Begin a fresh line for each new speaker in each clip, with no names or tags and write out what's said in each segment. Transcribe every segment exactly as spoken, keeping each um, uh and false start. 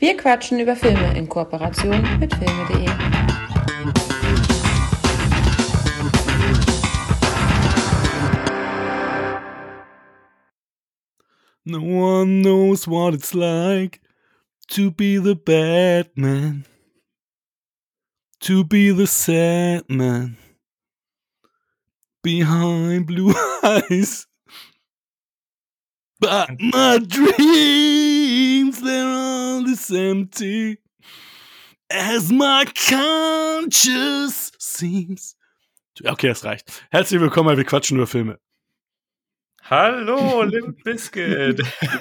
Wir quatschen über Filme in Kooperation mit filme punkt de.
No one knows what it's like to be the bad man, to be the sad man behind blue eyes. But my dreams, they're all as empty as my conscience seems. Okay, das reicht. Herzlich willkommen bei Wir quatschen über Filme.
Hallo, Limp Bizkit.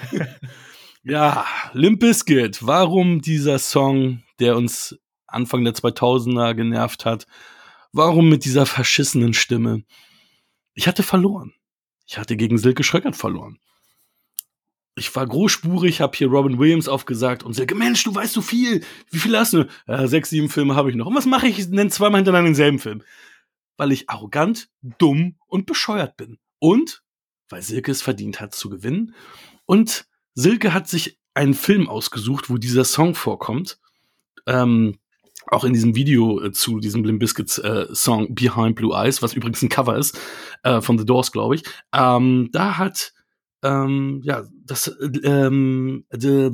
Ja, Limp Bizkit. Warum dieser Song, der uns Anfang der zweitausender genervt hat? Warum mit dieser verschissenen Stimme? Ich hatte verloren. Ich hatte gegen Silke Schröckert verloren. Ich war großspurig, hab hier Robin Williams aufgesagt und Silke, Mensch, du weißt so viel. Wie viel hast du? Ja, sechs, sieben Filme habe ich noch. Und was mache ich? Ich nenne zweimal hintereinander denselben Film. Weil ich arrogant, dumm und bescheuert bin. Und weil Silke es verdient hat zu gewinnen. Und Silke hat sich einen Film ausgesucht, wo dieser Song vorkommt. Ähm, auch in diesem Video äh, zu diesem Limp Bizkit äh, Song Behind Blue Eyes, was übrigens ein Cover ist, äh, von The Doors, glaube ich. Ähm, da hat ähm, ja das ähm, de,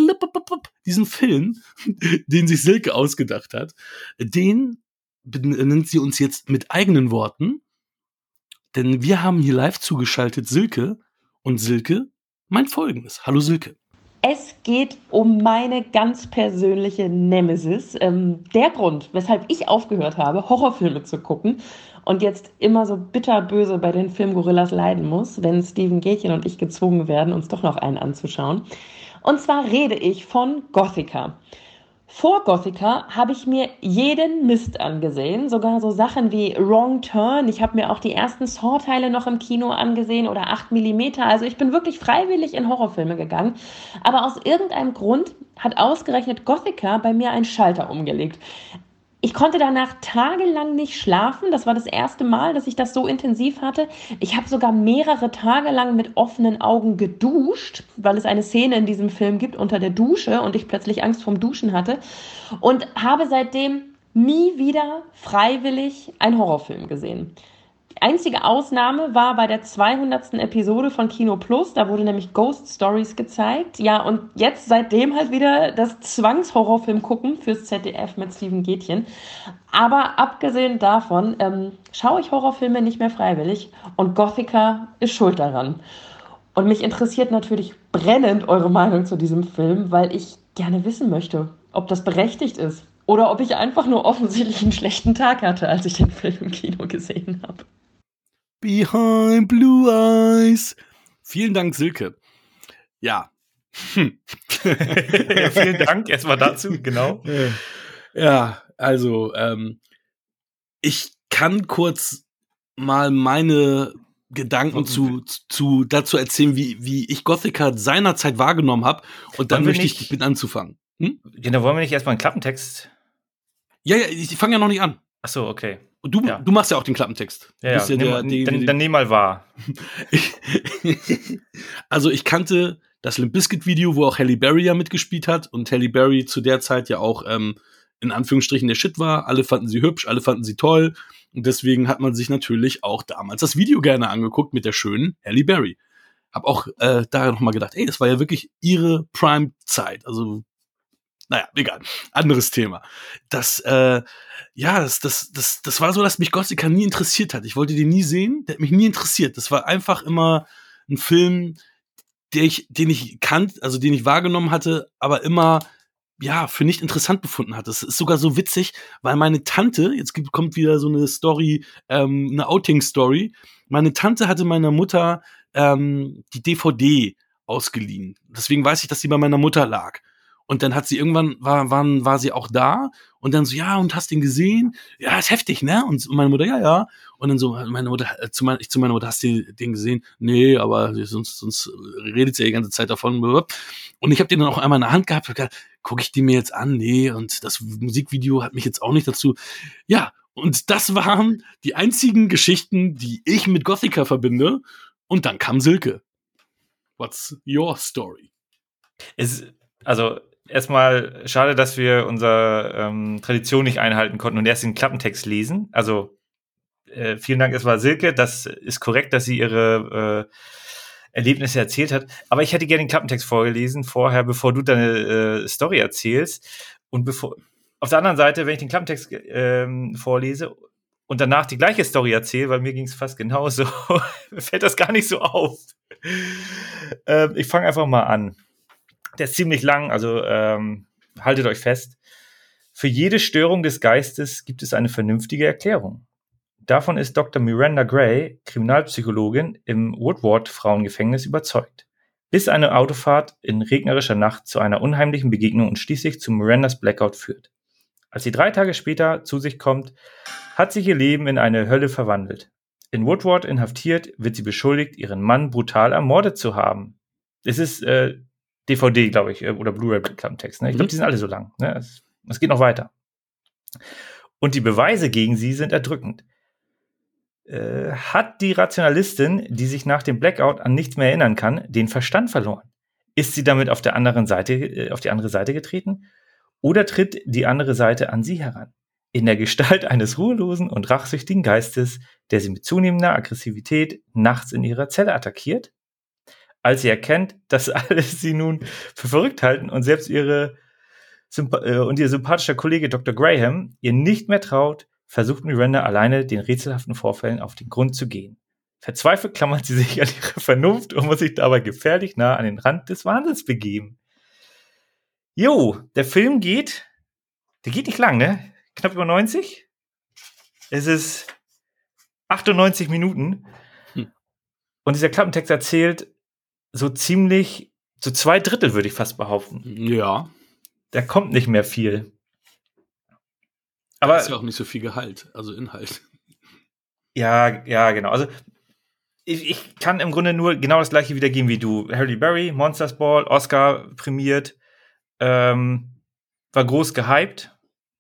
diesen Film, den sich Silke ausgedacht hat, den benennt sie uns jetzt mit eigenen Worten. Denn wir haben hier live zugeschaltet Silke. Und Silke meint Folgendes. Hallo Silke.
Es geht um meine ganz persönliche Nemesis. Ähm, der Grund, weshalb ich aufgehört habe, Horrorfilme zu gucken und jetzt immer so bitterböse bei den Filmgorillas leiden muss, wenn Steven Gätchen und ich gezwungen werden, uns doch noch einen anzuschauen. Und zwar rede ich von Gothika. Vor Gothika habe ich mir jeden Mist angesehen, sogar so Sachen wie Wrong Turn. Ich habe mir auch die ersten Saw-Teile noch im Kino angesehen oder acht Millimeter. Also ich bin wirklich freiwillig in Horrorfilme gegangen. Aber aus irgendeinem Grund hat ausgerechnet Gothika bei mir einen Schalter umgelegt. Ich konnte danach tagelang nicht schlafen. Das war das erste Mal, dass ich das so intensiv hatte. Ich habe sogar mehrere Tage lang mit offenen Augen geduscht, weil es eine Szene in diesem Film gibt unter der Dusche und ich plötzlich Angst vorm Duschen hatte. Und habe seitdem nie wieder freiwillig einen Horrorfilm gesehen. Die einzige Ausnahme war bei der zweihundertsten Episode von Kino Plus. Da wurde nämlich Ghost Stories gezeigt. Ja, und jetzt seitdem halt wieder das Zwangshorrorfilm gucken fürs Z D F mit Steven Gätchen. Aber abgesehen davon ähm, schaue ich Horrorfilme nicht mehr freiwillig. Und Gothika ist schuld daran. Und mich interessiert natürlich brennend eure Meinung zu diesem Film, weil ich gerne wissen möchte, ob das berechtigt ist. Oder ob ich einfach nur offensichtlich einen schlechten Tag hatte, als ich den Film im Kino gesehen habe.
Behind Blue Eyes. Vielen Dank, Silke. Ja. Hm.
Ja, vielen Dank erstmal dazu, genau.
Ja, also ähm, ich kann kurz mal meine Gedanken zu, zu dazu erzählen, wie, wie ich Gothika seinerzeit wahrgenommen habe. Und dann möchte ich mit anzufangen. Hm?
Genau, wollen wir nicht erstmal einen Klappentext?
Ja, ja, ich fange ja noch nicht an.
Ach so, okay.
Und du,
ja.
du machst ja auch den Klappentext.
Ja, ja.
ja
der,
der, der,
dann,
der,
dann nehm mal wahr.
Also ich kannte das Limp Bizkit Video, wo auch Halle Berry ja mitgespielt hat und Halle Berry zu der Zeit ja auch ähm, in Anführungsstrichen der Shit war. Alle fanden sie hübsch, alle fanden sie toll und deswegen hat man sich natürlich auch damals das Video gerne angeguckt mit der schönen Halle Berry. Hab auch äh, da nochmal gedacht, ey, das war ja wirklich ihre Prime-Zeit. Also naja, egal. Anderes Thema. Das, äh, ja, das, das, das, das war so, dass mich Gothika nie interessiert hat. Ich wollte den nie sehen, der hat mich nie interessiert. Das war einfach immer ein Film, der ich, den ich kannt, also den ich wahrgenommen hatte, aber immer, ja, für nicht interessant befunden hatte. Das ist sogar so witzig, weil meine Tante, jetzt gibt, kommt wieder so eine Story, ähm, eine Outing-Story. Meine Tante hatte meiner Mutter ähm, die D V D ausgeliehen. Deswegen weiß ich, dass sie bei meiner Mutter lag. Und dann hat sie irgendwann, war, war, war sie auch da und dann so, ja, und hast den gesehen? Ja, ist heftig, ne? Und meine Mutter, ja, ja. Und dann so, meine Mutter, äh, zu mein, ich zu meiner Mutter, hast du den gesehen? Nee, aber sonst, sonst redet sie ja die ganze Zeit davon. Und ich habe den dann auch einmal in der Hand gehabt, und gesagt, gucke ich die mir jetzt an? Nee, und das Musikvideo hat mich jetzt auch nicht dazu. Ja, und das waren die einzigen Geschichten, die ich mit Gothika verbinde. Und dann kam Silke. What's your story?
Es, also, erstmal schade, dass wir unsere ähm, Tradition nicht einhalten konnten und erst den Klappentext lesen. Also äh, vielen Dank erstmal Silke, das ist korrekt, dass sie ihre äh, Erlebnisse erzählt hat. Aber ich hätte gerne den Klappentext vorgelesen vorher, bevor du deine äh, Story erzählst. Und bevor auf der anderen Seite, wenn ich den Klappentext ähm, vorlese und danach die gleiche Story erzähle, weil mir ging es fast genauso, fällt das gar nicht so auf. ähm, ich fange einfach mal an. Der ist ziemlich lang, also ähm, haltet euch fest. Für jede Störung des Geistes gibt es eine vernünftige Erklärung. Davon ist Doktor Miranda Gray, Kriminalpsychologin im Woodward-Frauengefängnis, überzeugt. Bis eine Autofahrt in regnerischer Nacht zu einer unheimlichen Begegnung und schließlich zu Mirandas Blackout führt. Als sie drei Tage später zu sich kommt, hat sich ihr Leben in eine Hölle verwandelt. In Woodward inhaftiert, wird sie beschuldigt, ihren Mann brutal ermordet zu haben. Es ist äh, D V D, glaube ich, oder Blu-ray-Klappentext. Ne? Ich glaube, die sind alle so lang. Ne? Es, es geht noch weiter. Und die Beweise gegen sie sind erdrückend. Äh, hat die Rationalistin, die sich nach dem Blackout an nichts mehr erinnern kann, den Verstand verloren? Ist sie damit auf der anderen Seite, äh, auf die andere Seite getreten? Oder tritt die andere Seite an sie heran? In der Gestalt eines ruhelosen und rachsüchtigen Geistes, der sie mit zunehmender Aggressivität nachts in ihrer Zelle attackiert? Als sie erkennt, dass alle sie nun für verrückt halten und selbst ihre Symp- äh, und ihr sympathischer Kollege Doktor Graham ihr nicht mehr traut, versucht Miranda alleine den rätselhaften Vorfällen auf den Grund zu gehen. Verzweifelt klammert sie sich an ihre Vernunft und muss sich dabei gefährlich nah an den Rand des Wahnsinns begeben. Jo, der Film geht, der geht nicht lang, ne? Knapp über neunzig. Es ist achtundneunzig Minuten. Hm. Und dieser Klappentext erzählt so ziemlich, so zwei Drittel, würde ich fast behaupten.
Ja.
Da kommt nicht mehr viel.
Aber ist ja auch nicht so viel Gehalt, also Inhalt.
Ja, ja, genau. Also ich, ich kann im Grunde nur genau das gleiche wiedergeben wie du. Halle Berry, Monsters Ball, Oscar prämiert, ähm, war groß gehypt.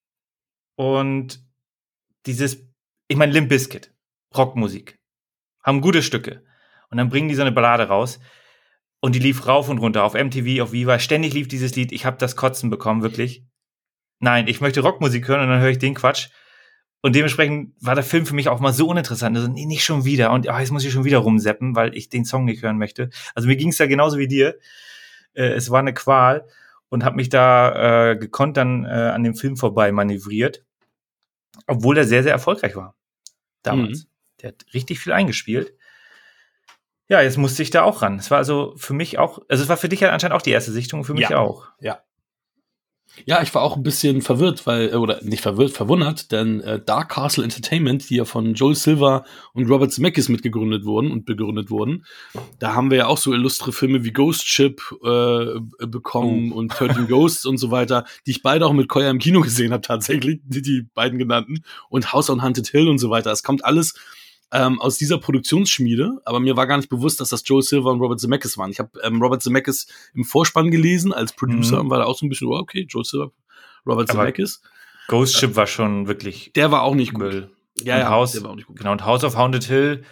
Und dieses, ich meine, Limp Bizkit, Rockmusik, haben gute Stücke. Und dann bringen die so eine Ballade raus. Und die lief rauf und runter auf M T V, auf Viva. Ständig lief dieses Lied. Ich habe das Kotzen bekommen, wirklich. Nein, ich möchte Rockmusik hören und dann höre ich den Quatsch. Und dementsprechend war der Film für mich auch mal so uninteressant. Also, nee, nicht schon wieder. Und oh, jetzt muss ich schon wieder rumseppen, weil ich den Song nicht hören möchte. Also mir ging es ja genauso wie dir. Äh, es war eine Qual und habe mich da äh, gekonnt dann äh, an dem Film vorbei manövriert. Obwohl er sehr, sehr erfolgreich war. Damals. Mhm. Der hat richtig viel eingespielt. Ja, jetzt musste ich da auch ran. Es war also für mich auch, also es war für dich ja anscheinend auch die erste Sichtung, für mich
ja.
auch.
Ja. Ja, ich war auch ein bisschen verwirrt, weil, oder nicht verwirrt, verwundert, denn äh, Dark Castle Entertainment, die ja von Joel Silver und Robert Zemeckis mitgegründet wurden und begründet wurden, da haben wir ja auch so illustre Filme wie Ghost Ship äh, bekommen oh. und thirteen Ghosts und so weiter, die ich beide auch mit Koya im Kino gesehen habe tatsächlich, die, die beiden genannten, und House on Haunted Hill und so weiter. Es kommt alles ähm, aus dieser Produktionsschmiede, aber mir war gar nicht bewusst, dass das Joel Silver und Robert Zemeckis waren. Ich habe ähm, Robert Zemeckis im Vorspann gelesen als Producer mhm. und war da auch so ein bisschen, oh, okay, Joel Silver, Robert aber Zemeckis.
Ghost Ship äh, war schon wirklich.
Der war auch nicht Müll.
gut. Ja, ja, House, der war auch nicht gut. Genau, und House of Haunted Hill.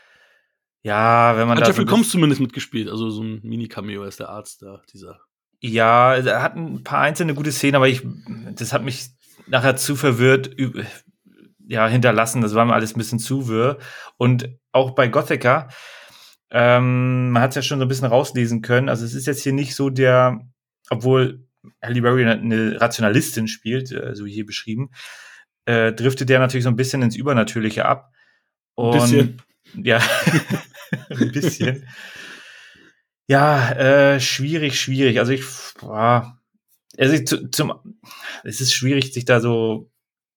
Ja, wenn man
hat
da.
Jeffrey so Combs zumindest mitgespielt, also so ein Mini-Cameo als der Arzt da, dieser.
Ja, er hat ein paar einzelne gute Szenen, aber ich, das hat mich nachher zu verwirrt, ja, hinterlassen. Das war mir alles ein bisschen zu wirr. Und auch bei Gothika, ähm, man hat es ja schon so ein bisschen rauslesen können. Also es ist jetzt hier nicht so der, obwohl Halle Berry eine Rationalistin spielt, äh, so hier beschrieben, äh, driftet der natürlich so ein bisschen ins Übernatürliche ab. Und,
ein bisschen.
Ja, ein bisschen. Ja, äh, schwierig, schwierig. Also ich, boah, also ich, zu, zum, es ist schwierig, sich da so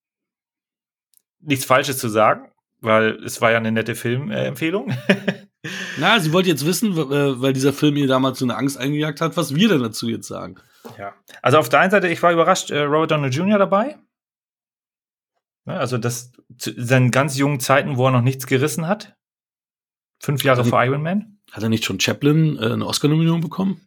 nichts Falsches zu sagen, weil es war ja eine nette Filmempfehlung.
Na, sie wollte jetzt wissen, weil dieser Film ihr damals so eine Angst eingejagt hat, was wir denn dazu jetzt sagen.
Ja, also auf der einen Seite, ich war überrascht, äh, Robert Downey Junior dabei. Ja, also das zu seinen ganz jungen Zeiten, wo er noch nichts gerissen hat. Fünf Jahre vor Iron Man.
Hat er nicht schon Chaplin äh, eine Oscar-Nominierung bekommen?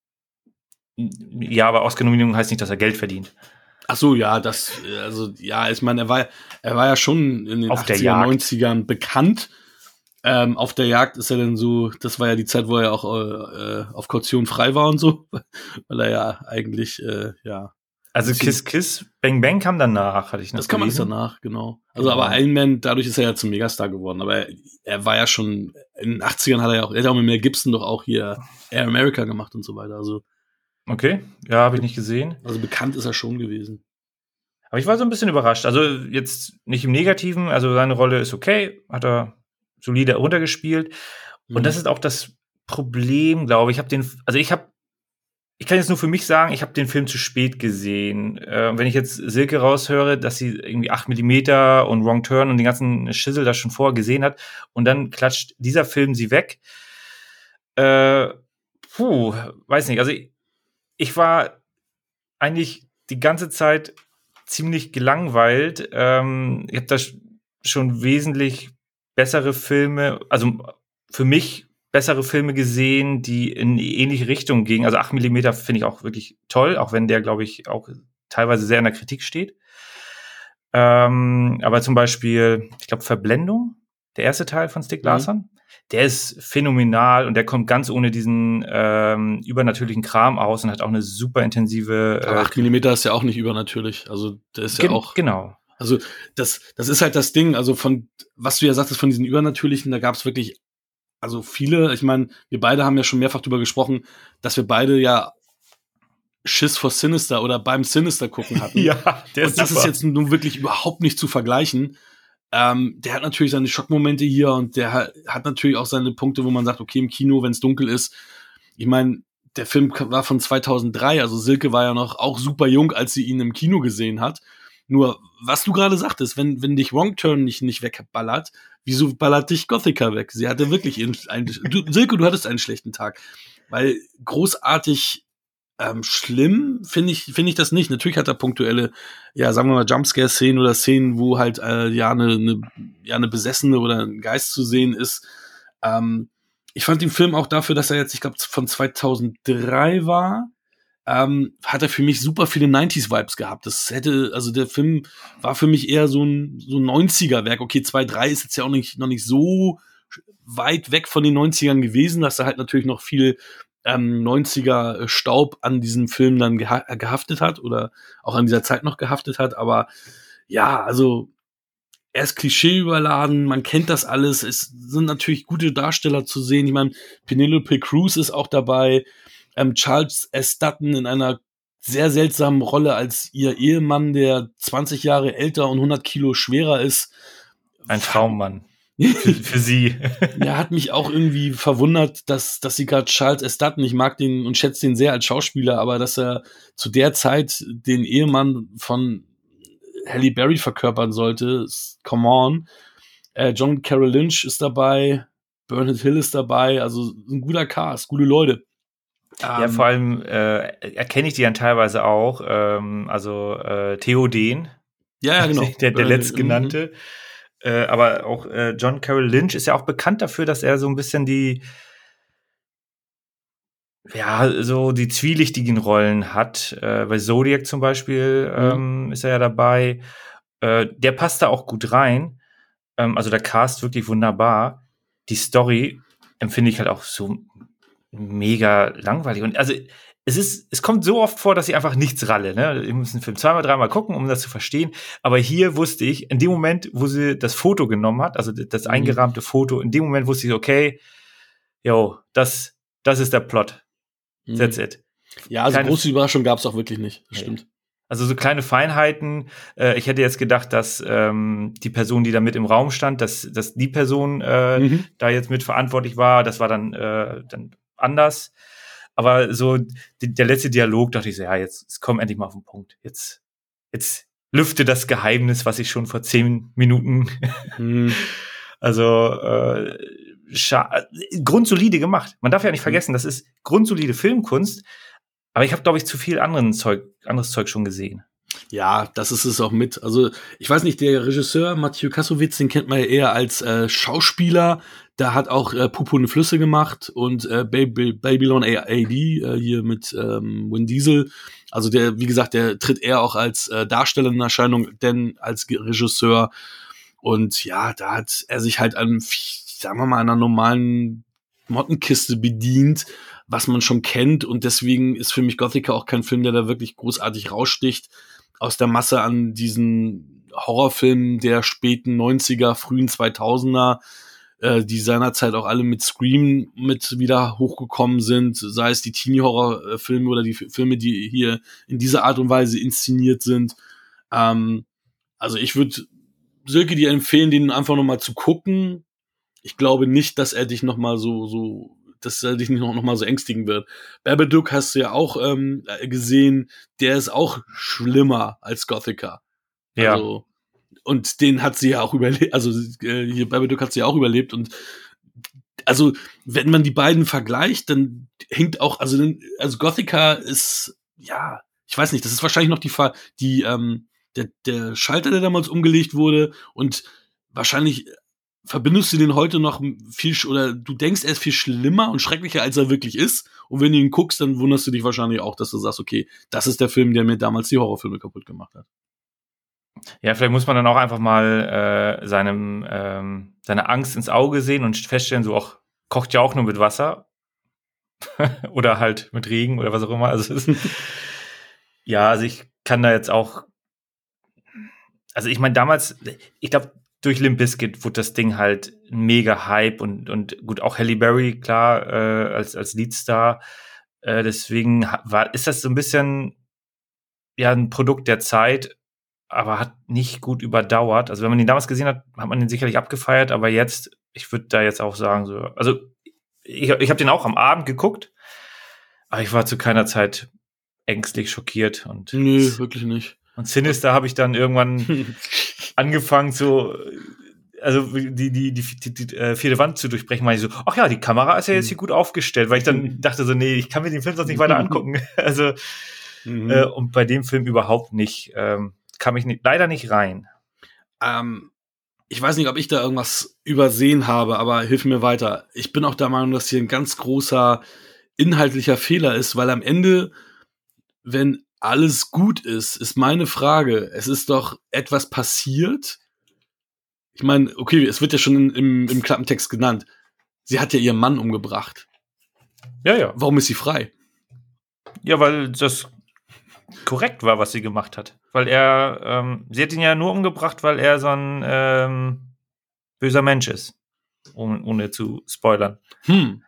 Ja, aber Oscar-Nominierung heißt nicht, dass er Geld verdient.
Ach so, ja, das, also, ja, ich meine, er war, er war ja schon in den
auf
achtziger, neunzigern bekannt, Ähm, auf der Jagd ist er dann so, das war ja die Zeit, wo er auch äh, auf Kaution frei war und so, weil er ja eigentlich, äh, ja.
Also Kiss Kiss, Bang Bang kam danach, hatte ich noch
Das kam alles
gelesen.
danach, genau. Also
Genau.
aber Iron Man, dadurch ist er ja zum Megastar geworden. Aber er, er war ja schon, in den achtzigern hat er ja auch, er hat auch mit Mel Gibson doch auch hier Air America gemacht und so weiter. Also,
Okay, ja, habe ich nicht gesehen.
also bekannt ist er schon gewesen.
Aber ich war so ein bisschen überrascht. Also jetzt nicht im Negativen, also seine Rolle ist okay, hat er solide runtergespielt. Und
Mhm.
das ist auch das Problem, glaube ich. Ich habe den, also ich habe, ich kann jetzt nur für mich sagen, ich habe den Film zu spät gesehen. Äh, wenn ich jetzt Silke raushöre, dass sie irgendwie acht Millimeter und Wrong Turn und den ganzen Schissel da schon vorher gesehen hat und dann klatscht dieser Film sie weg. Äh, puh, weiß nicht. Also ich, ich war eigentlich die ganze Zeit ziemlich gelangweilt. Ähm, ich habe da sch- schon wesentlich bessere Filme, also für mich bessere Filme gesehen, die in eine ähnliche Richtung gingen. Also acht Millimeter finde ich auch wirklich toll, auch wenn der, glaube ich, auch teilweise sehr in der Kritik steht. Ähm, aber zum Beispiel, ich glaube, Verblendung, der erste Teil von Stieg Larsson, der ist phänomenal und der kommt ganz ohne diesen ähm, übernatürlichen Kram aus und hat auch eine super intensive.
Aber
Äh,
acht Millimeter ist ja auch nicht übernatürlich. Also, der ist ja
gen-
auch.
Genau.
Also, das, das ist halt das Ding. Also, von, was du ja sagtest, von diesen Übernatürlichen, da gab es wirklich, also viele, ich meine, wir beide haben ja schon mehrfach drüber gesprochen, dass wir beide ja Schiss vor Sinister oder beim Sinister gucken hatten.
Ja, der
Und das ist jetzt nun wirklich überhaupt nicht zu vergleichen. Ähm, der hat natürlich seine Schockmomente hier und der hat, hat natürlich auch seine Punkte, wo man sagt, okay, im Kino, wenn es dunkel ist. Ich meine, der Film war von zweitausenddrei, also Silke war ja noch auch super jung, als sie ihn im Kino gesehen hat. Nur, was du gerade sagtest, wenn, wenn dich Wrong Turn nicht, nicht wegballert, wieso ballert dich Gothica weg? Sie hatte wirklich einen, du, Silke, du hattest einen schlechten Tag. Weil großartig ähm, schlimm finde ich, finde ich das nicht. Natürlich hat er punktuelle, ja, sagen wir mal, Jumpscare-Szenen oder Szenen, wo halt äh, ja eine, eine, ja, eine Besessene oder ein Geist zu sehen ist. Ähm, ich fand den Film auch dafür, dass er jetzt, ich glaube, von zweitausenddrei war, ähm, hat er für mich super viele neunziger-Vibes gehabt. Das hätte, also der Film war für mich eher so ein, so ein neunziger-Werk. Okay, zwei drei ist jetzt ja auch nicht, noch nicht so weit weg von den neunzigern gewesen, dass er halt natürlich noch viel ähm, neunziger Staub an diesem Film dann geha gehaftet hat oder auch an dieser Zeit noch gehaftet hat. Aber ja, also er ist Klischee überladen, man kennt das alles, es sind natürlich gute Darsteller zu sehen. Ich meine, Penelope Cruz ist auch dabei, ähm, Charles S. Dutton in einer sehr seltsamen Rolle als ihr Ehemann, der zwanzig Jahre älter und hundert Kilo schwerer ist.
Ein Traummann. Für, für sie.
Ja, hat mich auch irgendwie verwundert, dass, dass sie gerade Charles S. Dutton, ich mag den und schätze den sehr als Schauspieler, aber dass er zu der Zeit den Ehemann von Halle Berry verkörpern sollte, come on. Äh, John Carroll Lynch ist dabei, Bernard Hill ist dabei, also ein guter Cast, gute Leute.
Ja, vor allem äh, erkenne ich die dann teilweise auch, ähm, also äh, Theoden,
Ja, ja, genau.
der, der letztgenannte. Äh, aber auch äh, John Carroll Lynch ist ja auch bekannt dafür, dass er so ein bisschen die, ja, so die zwielichtigen Rollen hat. Äh, bei Zodiac zum Beispiel ähm, mhm. ist er ja dabei. Äh, der passt da auch gut rein. Ähm, also der Cast wirklich wunderbar. Die Story empfinde ich halt auch so mega langweilig. Und also es ist, es kommt so oft vor, dass ich einfach nichts ralle. Ne? Ich muss den Film zweimal, dreimal gucken, um das zu verstehen. Aber hier wusste ich, in dem Moment, wo sie das Foto genommen hat, also das mhm. eingerahmte Foto, in dem Moment wusste ich, okay, yo, das, das ist der Plot. Mhm. That's it.
Ja, also
kleine,
große Überraschung gab es auch wirklich nicht. Das
nee.
Stimmt.
Also so kleine Feinheiten. Äh, ich hätte jetzt gedacht, dass ähm, die Person, die da mit im Raum stand, dass, dass die Person äh, mhm. da jetzt mit verantwortlich war. Das war dann, äh, dann anders. Aber so die, der letzte Dialog, dachte ich so, ja, jetzt, jetzt komm endlich mal auf den Punkt. Jetzt, jetzt lüfte das Geheimnis, was ich schon vor zehn Minuten hm. also äh, grundsolide gemacht. Man darf ja nicht vergessen, das ist grundsolide Filmkunst, aber ich habe, glaube ich, zu viel anderen Zeug, anderes Zeug schon gesehen.
Ja, das ist es auch mit. Also ich weiß nicht, der Regisseur Mathieu Kassovitz, den kennt man ja eher als äh, Schauspieler. Der hat auch äh, Pupu und Flüsse gemacht und äh, Baby, Babylon A D äh, hier mit ähm, Vin Diesel. Also der, wie gesagt, der tritt eher auch als äh, Darsteller in Erscheinung, denn als Regisseur. Und ja, da hat er sich halt an sagen wir mal, einer normalen Mottenkiste bedient, was man schon kennt. Und deswegen ist für mich Gothika auch kein Film, der da wirklich großartig raussticht aus der Masse an diesen Horrorfilmen der späten neunziger, frühen zweitausender, äh, die seinerzeit auch alle mit Scream mit wieder hochgekommen sind, sei es die Teenie-Horror-Filme oder die Filme, die hier in dieser Art und Weise inszeniert sind. Ähm, also ich würde Silke dir empfehlen, den einfach noch mal zu gucken. Ich glaube nicht, dass er dich noch mal so, so, dass er dich nicht noch, noch mal so ängstigen wird. Babadook hast du ja auch ähm, gesehen, der ist auch schlimmer als Gothika.
Ja.
Also, und den hat sie ja auch überlebt, also äh, hier Babadook hat sie ja auch überlebt und also, wenn man die beiden vergleicht, dann hinkt auch, also, also Gothika ist, ja, ich weiß nicht, das ist wahrscheinlich noch die, die ähm, der, der Schalter, der damals umgelegt wurde und wahrscheinlich verbindest du den heute noch viel, oder du denkst, er ist viel schlimmer und schrecklicher, als er wirklich ist. Und wenn du ihn guckst, dann wunderst du dich wahrscheinlich auch, dass du sagst, okay, das ist der Film, der mir damals die Horrorfilme kaputt gemacht hat.
Ja, vielleicht muss man dann auch einfach mal äh, seinem ähm, seine Angst ins Auge sehen und feststellen, so auch kocht ja auch nur mit Wasser oder halt mit Regen oder was auch immer. Also es ist ja, also ich kann da jetzt auch, also ich meine damals, ich glaube durch Limp Bizkit wurde das Ding halt ein mega Hype und und gut auch Halle Berry klar äh, als als Leadstar, äh, deswegen war ist das so ein bisschen ja ein Produkt der Zeit. Aber hat nicht gut überdauert. Also wenn man ihn damals gesehen hat, hat man ihn sicherlich abgefeiert, aber jetzt, ich würde da jetzt auch sagen, so, also ich, ich habe den auch am Abend geguckt, aber ich war zu keiner Zeit ängstlich schockiert. Und
Nö, wirklich nicht.
Und Sinister habe ich dann irgendwann angefangen zu, also die, die, die, die, die äh, vierte Wand zu durchbrechen, meine ich so, ach ja, die Kamera ist ja jetzt hier gut aufgestellt, weil ich dann dachte so, nee, ich kann mir den Film sonst nicht weiter angucken. Also mhm. äh, und bei dem Film überhaupt nicht. Ähm, kam ich nicht, leider nicht rein.
Ähm, ich weiß nicht, ob ich da irgendwas übersehen habe, aber hilf mir weiter. Ich bin auch der Meinung, dass hier ein ganz großer inhaltlicher Fehler ist, weil am Ende, wenn alles gut ist, ist meine Frage, es ist doch etwas passiert. Ich meine, okay, es wird ja schon im, im Klappentext genannt. Sie hat ja ihren Mann umgebracht.
Ja, ja.
Warum ist sie frei?
Ja, weil das korrekt war, was sie gemacht hat. Weil er, ähm, sie hat ihn ja nur umgebracht, weil er so ein ähm, böser Mensch ist. Um, ohne zu spoilern.
Hm.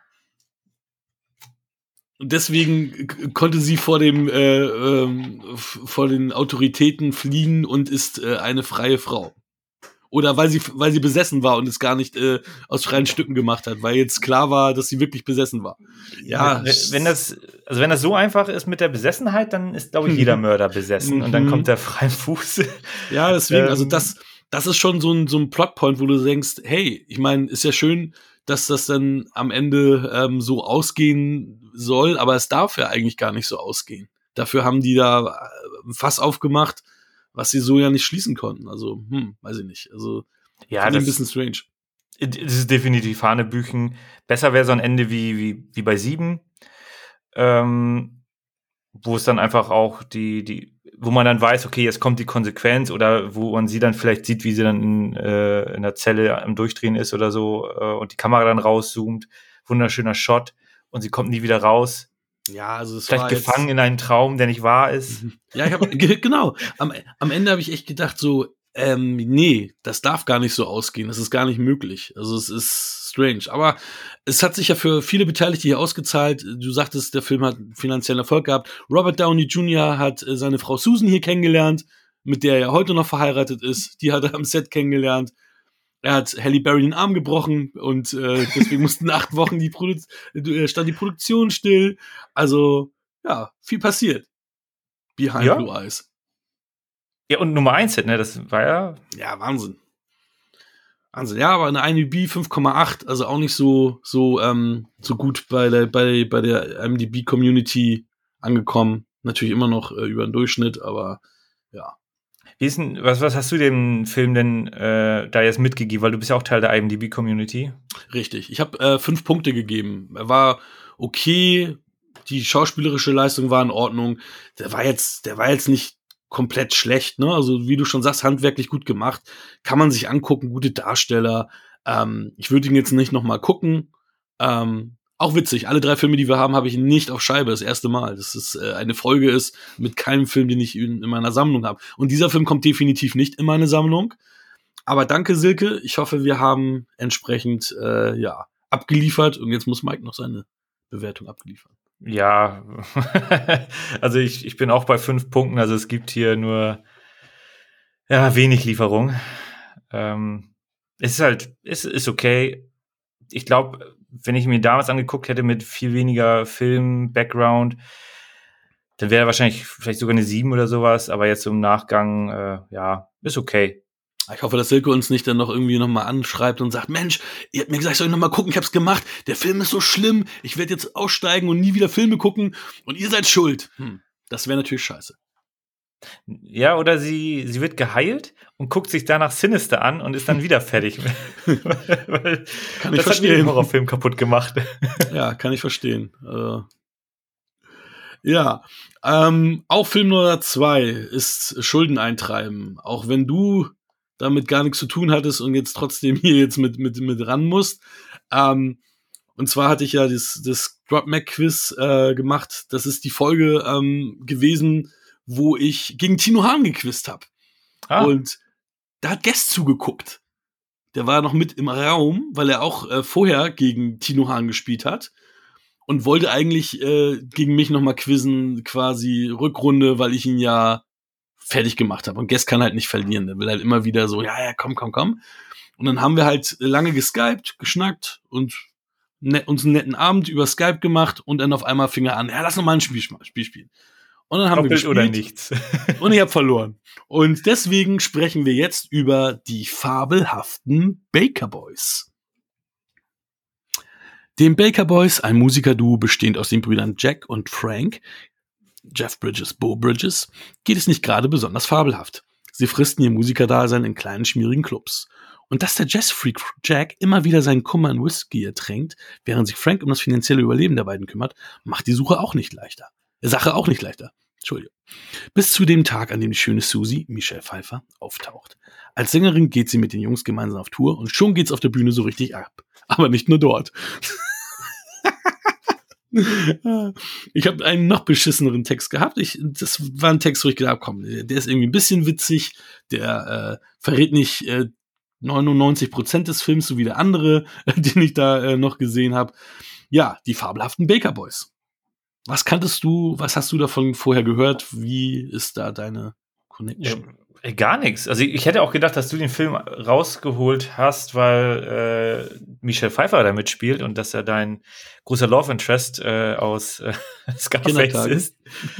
Und deswegen k- konnte sie vor dem äh, ähm, f- vor den Autoritäten fliehen und ist äh, eine freie Frau. Oder weil sie weil sie besessen war und es gar nicht äh, aus freien Stücken gemacht hat, weil jetzt klar war, dass sie wirklich besessen war. Ja,
wenn, wenn das also wenn das so einfach ist mit der Besessenheit, dann ist glaube ich jeder Mörder besessen und dann kommt der freie Fuß.
Ja, deswegen,
ähm,
also das das ist schon so ein so ein Plotpoint, wo du denkst, hey, ich meine, ist ja schön, dass das dann am Ende ähm, so ausgehen soll, aber es darf ja eigentlich gar nicht so ausgehen. Dafür haben die da ein Fass aufgemacht, was sie so ja nicht schließen konnten. Also, hm, weiß ich nicht. Also,
ja,
das
das
ist ein bisschen strange.
Das ist definitiv Hanebüchen. Besser wäre so ein Ende wie, wie, wie bei sieben, ähm, wo es dann einfach auch die, die, wo man dann weiß, okay, jetzt kommt die Konsequenz oder wo man sie dann vielleicht sieht, wie sie dann in, äh, in der Zelle am Durchdrehen ist oder so äh, und die Kamera dann rauszoomt. Wunderschöner Shot und sie kommt nie wieder raus.
Ja, also es
Vielleicht
war
gefangen
jetzt
in einem Traum, der nicht wahr ist.
Ja, ich hab, ge- genau. Am, am Ende habe ich echt gedacht so, ähm, nee, das darf gar nicht so ausgehen. Das ist gar nicht möglich. Also es ist strange. Aber es hat sich ja für viele Beteiligte hier ausgezahlt. Du sagtest, der Film hat finanziellen Erfolg gehabt. Robert Downey Junior hat äh, seine Frau Susan hier kennengelernt, mit der er heute noch verheiratet ist. Die hat er am Set kennengelernt. Er hat Halle Berry den Arm gebrochen und äh, deswegen mussten acht Wochen die Produ- äh, stand die Produktion still. Also, ja, viel passiert. Behind
Ja.
Blue Eyes.
Ja, und Nummer eins, ne, das war ja.
Ja, Wahnsinn. Wahnsinn. Ja, aber eine I M D B fünf Komma acht, also auch nicht so, so, ähm, so gut bei der, bei, bei der I M D B-Community angekommen. Natürlich immer noch äh, über den Durchschnitt, aber ja.
Wie ist denn, was, was hast du dem Film denn äh, da jetzt mitgegeben? Weil du bist ja auch Teil der I M D B-Community.
Richtig. Ich habe äh, fünf Punkte gegeben. Er war okay, die schauspielerische Leistung war in Ordnung. Der war jetzt, der war jetzt nicht komplett schlecht, ne? Also wie du schon sagst, handwerklich gut gemacht, kann man sich angucken, gute Darsteller. Ähm, ich würde ihn jetzt nicht noch mal gucken. Ähm, auch witzig, alle drei Filme, die wir haben, habe ich nicht auf Scheibe, das erste Mal. Dass es äh, eine Folge ist mit keinem Film, den ich in, in meiner Sammlung habe. Und dieser Film kommt definitiv nicht in meine Sammlung. Aber danke, Silke. Ich hoffe, wir haben entsprechend äh, ja abgeliefert. Und jetzt muss Mike noch seine Bewertung abgeliefert.
Ja, also ich, ich bin auch bei fünf Punkten. Also es gibt hier nur ja wenig Lieferung. Ähm, es ist halt, es ist okay. Ich glaube, wenn ich mir damals angeguckt hätte mit viel weniger Film-Background, dann wäre wahrscheinlich vielleicht sogar eine sieben oder sowas. Aber jetzt im Nachgang, äh, ja, ist okay.
Ich hoffe, dass Silke uns nicht dann noch irgendwie nochmal anschreibt und sagt, Mensch, ihr habt mir gesagt, ich soll nochmal gucken, ich hab's gemacht, der Film ist so schlimm, ich werde jetzt aussteigen und nie wieder Filme gucken und ihr seid schuld. Hm, das wäre natürlich scheiße.
Ja, oder sie, sie wird geheilt und guckt sich danach Sinister an und ist dann wieder fertig. Weil
kann ich
das
verstehen.
hat mir den Horrorfilm kaputt gemacht.
Ja, kann ich verstehen. Äh, ja, ähm, auch Film Nummer zwei ist Schulden eintreiben. Auch wenn du damit gar nichts zu tun hattest und jetzt trotzdem hier jetzt mit, mit, mit ran musst. Ähm, und zwar hatte ich ja das, das Drop Mac Quiz äh, gemacht. Das ist die Folge ähm, gewesen, wo ich gegen Tino Hahn gequizt habe. Ah. Und da hat Guest zugeguckt. Der war noch mit im Raum, weil er auch äh, vorher gegen Tino Hahn gespielt hat. Und wollte eigentlich äh, gegen mich nochmal quizzen, quasi Rückrunde, weil ich ihn ja fertig gemacht habe. Und Guest kann halt nicht verlieren. Der will halt immer wieder so, ja, ja, komm, komm, komm. Und dann haben wir halt lange geskypt, geschnackt und ne- uns einen netten Abend über Skype gemacht und dann auf einmal fing er an, ja, lass noch mal ein Spiel, Spiel spielen. Und dann haben
Doppelt
wir gespielt.
Oder nichts.
Und ich habe verloren. Und deswegen sprechen wir jetzt über die fabelhaften Baker Boys. Den Baker Boys, ein Musikerduo bestehend aus den Brüdern Jack und Frank, Jeff Bridges, Bo Bridges, geht es nicht gerade besonders fabelhaft. Sie fristen ihr Musikerdasein in kleinen, schmierigen Clubs. Und dass der Jazzfreak Jack immer wieder seinen Kummer in Whisky ertränkt, während sich Frank um das finanzielle Überleben der beiden kümmert, macht die Suche auch nicht leichter. Sache auch nicht leichter. Entschuldigung. Bis zu dem Tag, an dem die schöne Susie, Michelle Pfeiffer, auftaucht. Als Sängerin geht sie mit den Jungs gemeinsam auf Tour und schon geht's auf der Bühne so richtig ab. Aber nicht nur dort. Ich habe einen noch beschisseneren Text gehabt. Ich, das war ein Text, wo ich gedacht habe, komm, der ist irgendwie ein bisschen witzig, der äh, verrät nicht äh, neunundneunzig Prozent des Films, so wie der andere, äh, den ich da äh, noch gesehen habe. Ja, die fabelhaften Baker Boys. Was kanntest du, was hast du davon vorher gehört? Wie ist da deine Connection?
Ja, gar nichts. Also ich hätte auch gedacht, dass du den Film rausgeholt hast, weil äh, Michelle Pfeiffer da mitspielt und dass er dein großer Love Interest äh, aus äh, Scarface ist.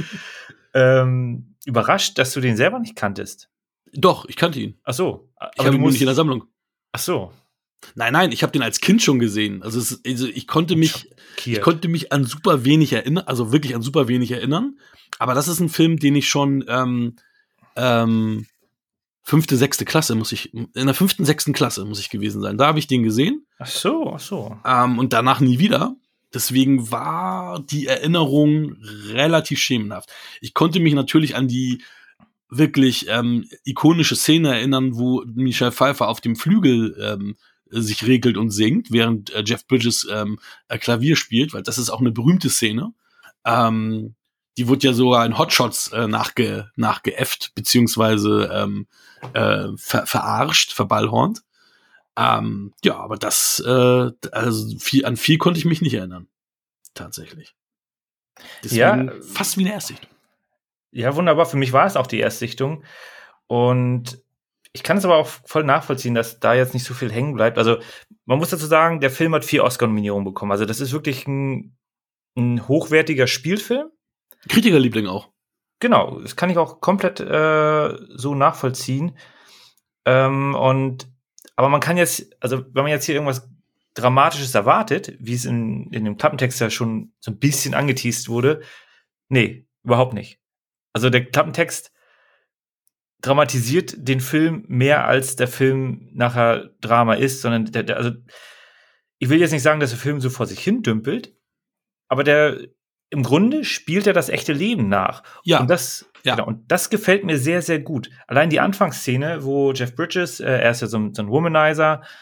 ähm, überrascht, dass du den selber nicht kanntest.
Doch, ich kannte ihn.
Ach so.
Aber ich habe ihn musst... nicht in der Sammlung.
Ach so.
Nein, nein, ich habe den als Kind schon gesehen. Also, es, also ich konnte mich, ich konnte mich an super wenig erinnern, also wirklich an super wenig erinnern. Aber das ist ein Film, den ich schon ähm, ähm, fünfte, sechste Klasse muss ich, in der fünften, sechsten Klasse muss ich gewesen sein. Da habe ich den gesehen.
Ach so, ach so.
Ähm, und danach nie wieder. Deswegen war die Erinnerung relativ schemenhaft. Ich konnte mich natürlich an die wirklich ähm, ikonische Szene erinnern, wo Michelle Pfeiffer auf dem Flügel ähm, sich regelt und singt, während äh, Jeff Bridges ähm, äh, Klavier spielt, weil das ist auch eine berühmte Szene. Ähm, die wurde ja sogar in Hotshots äh, nachge, nachgeäfft, beziehungsweise ähm, äh, ver, verarscht, verballhornt. Ähm, ja, aber das, äh, also viel, an viel konnte ich mich nicht erinnern. Tatsächlich. Deswegen ja, fast wie eine Erstsichtung.
Ja, wunderbar. Für mich war es auch die Erstsichtung. Und ich kann es aber auch voll nachvollziehen, dass da jetzt nicht so viel hängen bleibt. Also man muss dazu sagen, der Film hat vier Oscar-Nominierungen bekommen. Also das ist wirklich ein, ein hochwertiger Spielfilm.
Kritikerliebling auch.
Genau, das kann ich auch komplett äh, so nachvollziehen. Ähm, und aber man kann jetzt, also wenn man jetzt hier irgendwas Dramatisches erwartet, wie es in, in dem Klappentext ja schon so ein bisschen angeteast wurde, nee, überhaupt nicht. Also der Klappentext dramatisiert den Film mehr, als der Film nachher Drama ist, sondern der, der, also ich will jetzt nicht sagen, dass der Film so vor sich hin dümpelt, aber der im Grunde spielt er das echte Leben nach.
Ja.
Und das, ja. Genau, und das gefällt mir sehr, sehr gut. Allein die Anfangsszene, wo Jeff Bridges, äh, er ist ja so ein, so ein Womanizer,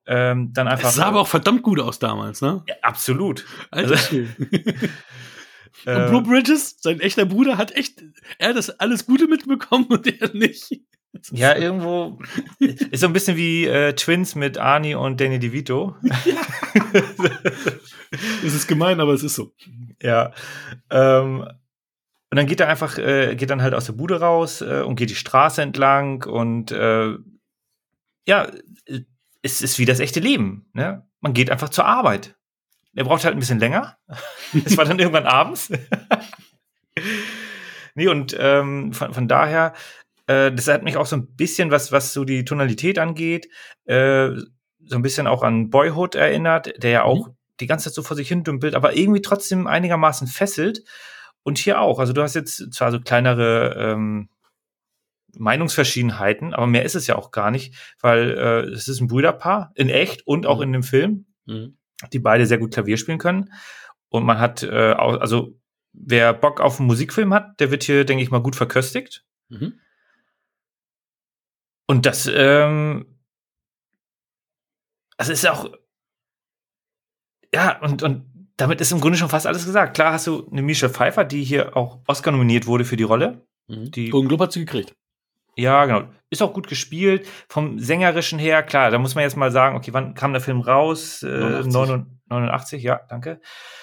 ähm, dann einfach.
Das sah aber auch verdammt gut aus damals, ne?
Ja, absolut.
Alter, also, und Blue Bridges, sein echter Bruder, hat echt, er hat das alles Gute mitbekommen und er nicht.
Ja, irgendwo ist so ein bisschen wie äh, Twins mit Arnie und Danny DeVito.
Ja. Das ist gemein, aber es ist so.
Ja. Ähm, und dann geht er einfach, äh, geht dann halt aus der Bude raus äh, und geht die Straße entlang und äh, ja, es ist wie das echte Leben. Ne? Man geht einfach zur Arbeit. Er braucht halt ein bisschen länger. Es war dann irgendwann abends. Nee, und ähm, von, von daher, äh, das hat mich auch so ein bisschen, was, was so die Tonalität angeht, äh, so ein bisschen auch an Boyhood erinnert, der ja auch mhm. die ganze Zeit so vor sich hin dümpelt, aber irgendwie trotzdem einigermaßen fesselt. Und hier auch. Also du hast jetzt zwar so kleinere ähm, Meinungsverschiedenheiten, aber mehr ist es ja auch gar nicht, weil äh, es ist ein Brüderpaar, in echt und auch mhm. in dem Film, mhm. die beide sehr gut Klavier spielen können. Und man hat, äh, auch, also wer Bock auf einen Musikfilm hat, der wird hier, denke ich mal, gut verköstigt. Mhm. Und das, ähm, also ist auch, ja, und, und damit ist im Grunde schon fast alles gesagt. Klar hast du eine Michelle Pfeiffer, die hier auch Oscar nominiert wurde für die Rolle.
Mhm. Die Golden Globe hat sie gekriegt.
Ja, genau. Ist auch gut gespielt. Vom Sängerischen her, klar, da muss man jetzt mal sagen, okay, wann kam der Film raus? Äh, neunundachtzig, ja, danke.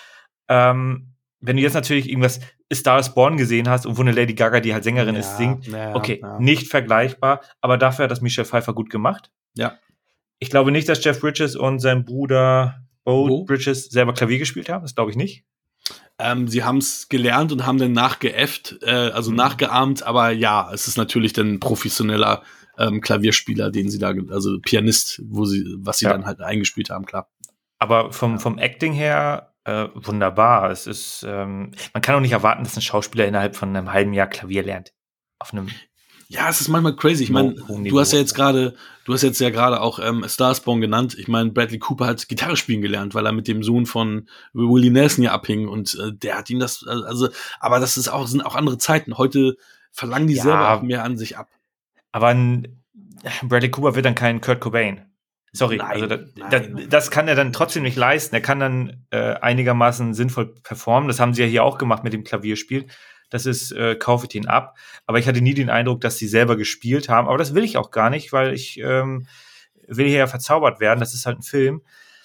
Ähm, wenn du jetzt natürlich irgendwas Star is Born gesehen hast und wo eine Lady Gaga, die halt Sängerin ja, ist, singt, ja, okay, ja. nicht vergleichbar, aber dafür hat das Michelle Pfeiffer gut gemacht.
Ja.
Ich glaube nicht, dass Jeff Bridges und sein Bruder Bo, Bo? Bridges selber Klavier gespielt haben, das glaube ich nicht.
Ähm, sie haben es gelernt und haben dann nachgeäfft, äh, also mhm. nachgeahmt, aber ja, es ist natürlich dann ein professioneller ähm, Klavierspieler, den sie da, also Pianist, wo sie, was sie ja. dann halt eingespielt haben, klar.
Aber vom, vom Acting her äh, wunderbar. Es ist, ähm, man kann auch nicht erwarten, dass ein Schauspieler innerhalb von einem halben Jahr Klavier lernt. Auf einem
Ja, es ist manchmal crazy. Ich meine, du hast ja jetzt gerade, du hast jetzt ja gerade auch ähm, Star is Born genannt. Ich meine, Bradley Cooper hat Gitarre spielen gelernt, weil er mit dem Sohn von Willie Nelson ja abhing und äh, der hat ihm das, also, aber das ist auch, sind auch andere Zeiten. Heute verlangen die ja, selber auch mehr an sich ab.
Aber ein Bradley Cooper wird dann kein Kurt Cobain. Sorry, nein, also da, nein, da, nein. das kann er dann trotzdem nicht leisten. Er kann dann äh, einigermaßen sinnvoll performen. Das haben sie ja hier auch gemacht mit dem Klavierspiel. Das ist, äh, kaufe ich ihn ab. Aber ich hatte nie den Eindruck, dass sie selber gespielt haben. Aber das will ich auch gar nicht, weil ich ähm, will hier ja verzaubert werden. Das ist halt ein Film.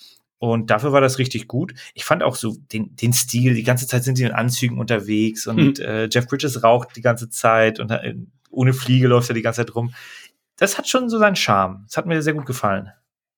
Und dafür war das richtig gut. Ich fand auch so den, den Stil. Die ganze Zeit sind sie in Anzügen unterwegs. Und hm. äh, Jeff Bridges raucht die ganze Zeit. Und äh, ohne Fliege läuft er die ganze Zeit rum. Das hat schon so seinen Charme. Das hat mir sehr gut gefallen.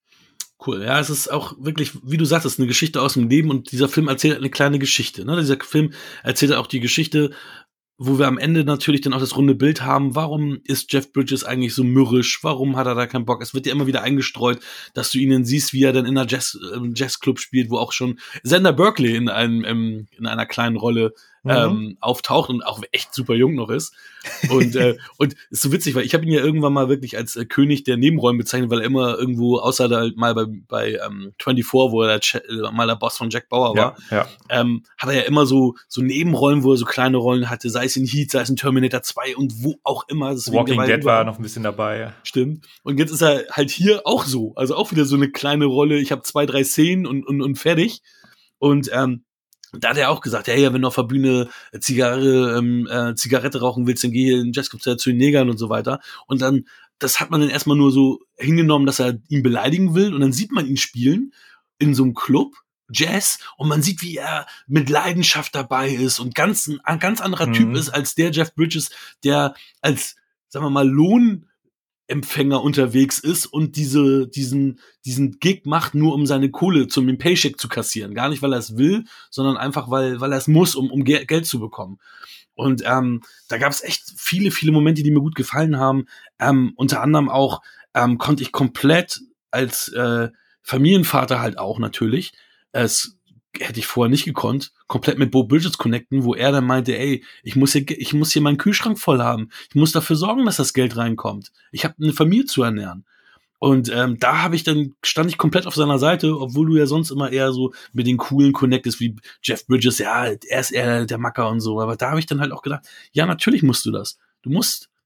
Cool, ja, es ist auch wirklich, wie du sagtest, eine Geschichte aus dem Leben und dieser Film erzählt eine kleine Geschichte, ne? Dieser Film erzählt auch die Geschichte, wo wir am Ende natürlich dann auch das runde Bild haben, warum ist Jeff Bridges eigentlich so mürrisch, warum hat er da keinen Bock, es wird ja immer wieder eingestreut, dass du ihn dann siehst, wie er dann in einer Jazz, äh, Jazzclub spielt, wo auch schon Xander Berkeley in einem, ähm, in einer kleinen Rolle mhm. ähm, auftaucht und auch echt super jung noch ist. Und äh, und ist so witzig, weil ich habe ihn ja irgendwann mal wirklich als äh, König der Nebenrollen bezeichnet, weil er immer irgendwo, außer da halt mal bei, bei ähm, vierundzwanzig, wo er der Ch- äh, mal der Boss von Jack Bauer war,
ja, ja.
Ähm, hat er ja immer so so Nebenrollen, wo er so kleine Rollen hatte, sei es in Heat, sei es in Terminator zwei und wo auch immer. Deswegen
Walking Dead war noch ein bisschen dabei. Ja.
Stimmt. Und jetzt ist er halt hier auch so, also auch wieder so eine kleine Rolle. Ich habe zwei, drei Szenen und und und fertig. Und ähm, da hat er auch gesagt, ja, ja, wenn du auf der Bühne Zigarre, ähm, äh, Zigarette rauchen willst, dann geh hier in den Jazzclub zu den Negern und so weiter. Und dann, das hat man dann erstmal nur so hingenommen, dass er ihn beleidigen will. Und dann sieht man ihn spielen in so einem Club, Jazz, und man sieht, wie er mit Leidenschaft dabei ist und ganz, ein ganz anderer mhm. Typ ist als der Jeff Bridges, der als, sagen wir mal, Lohn Empfänger unterwegs ist und diese, diesen, diesen Gig macht, nur um seine Kohle zum Paycheck zu kassieren. Gar nicht, weil er es will, sondern einfach, weil, weil er es muss, um, um Ge- Geld zu bekommen. Und ähm, da gab es echt viele, viele Momente, die mir gut gefallen haben. Ähm, unter anderem auch ähm, konnte ich komplett als äh, Familienvater halt auch natürlich, es hätte ich vorher nicht gekonnt, komplett mit Bo Bridges connecten, wo er dann meinte, ey, ich muss hier, ich muss hier meinen Kühlschrank voll haben. Ich muss dafür sorgen, dass das Geld reinkommt. Ich habe eine Familie zu ernähren. Und ähm, da habe ich dann, stand ich komplett auf seiner Seite, obwohl du ja sonst immer eher so mit den coolen connectest, wie Jeff Bridges, ja, er ist eher der Macker und so. Aber da habe ich dann halt auch gedacht, ja, natürlich musst du das. Du musst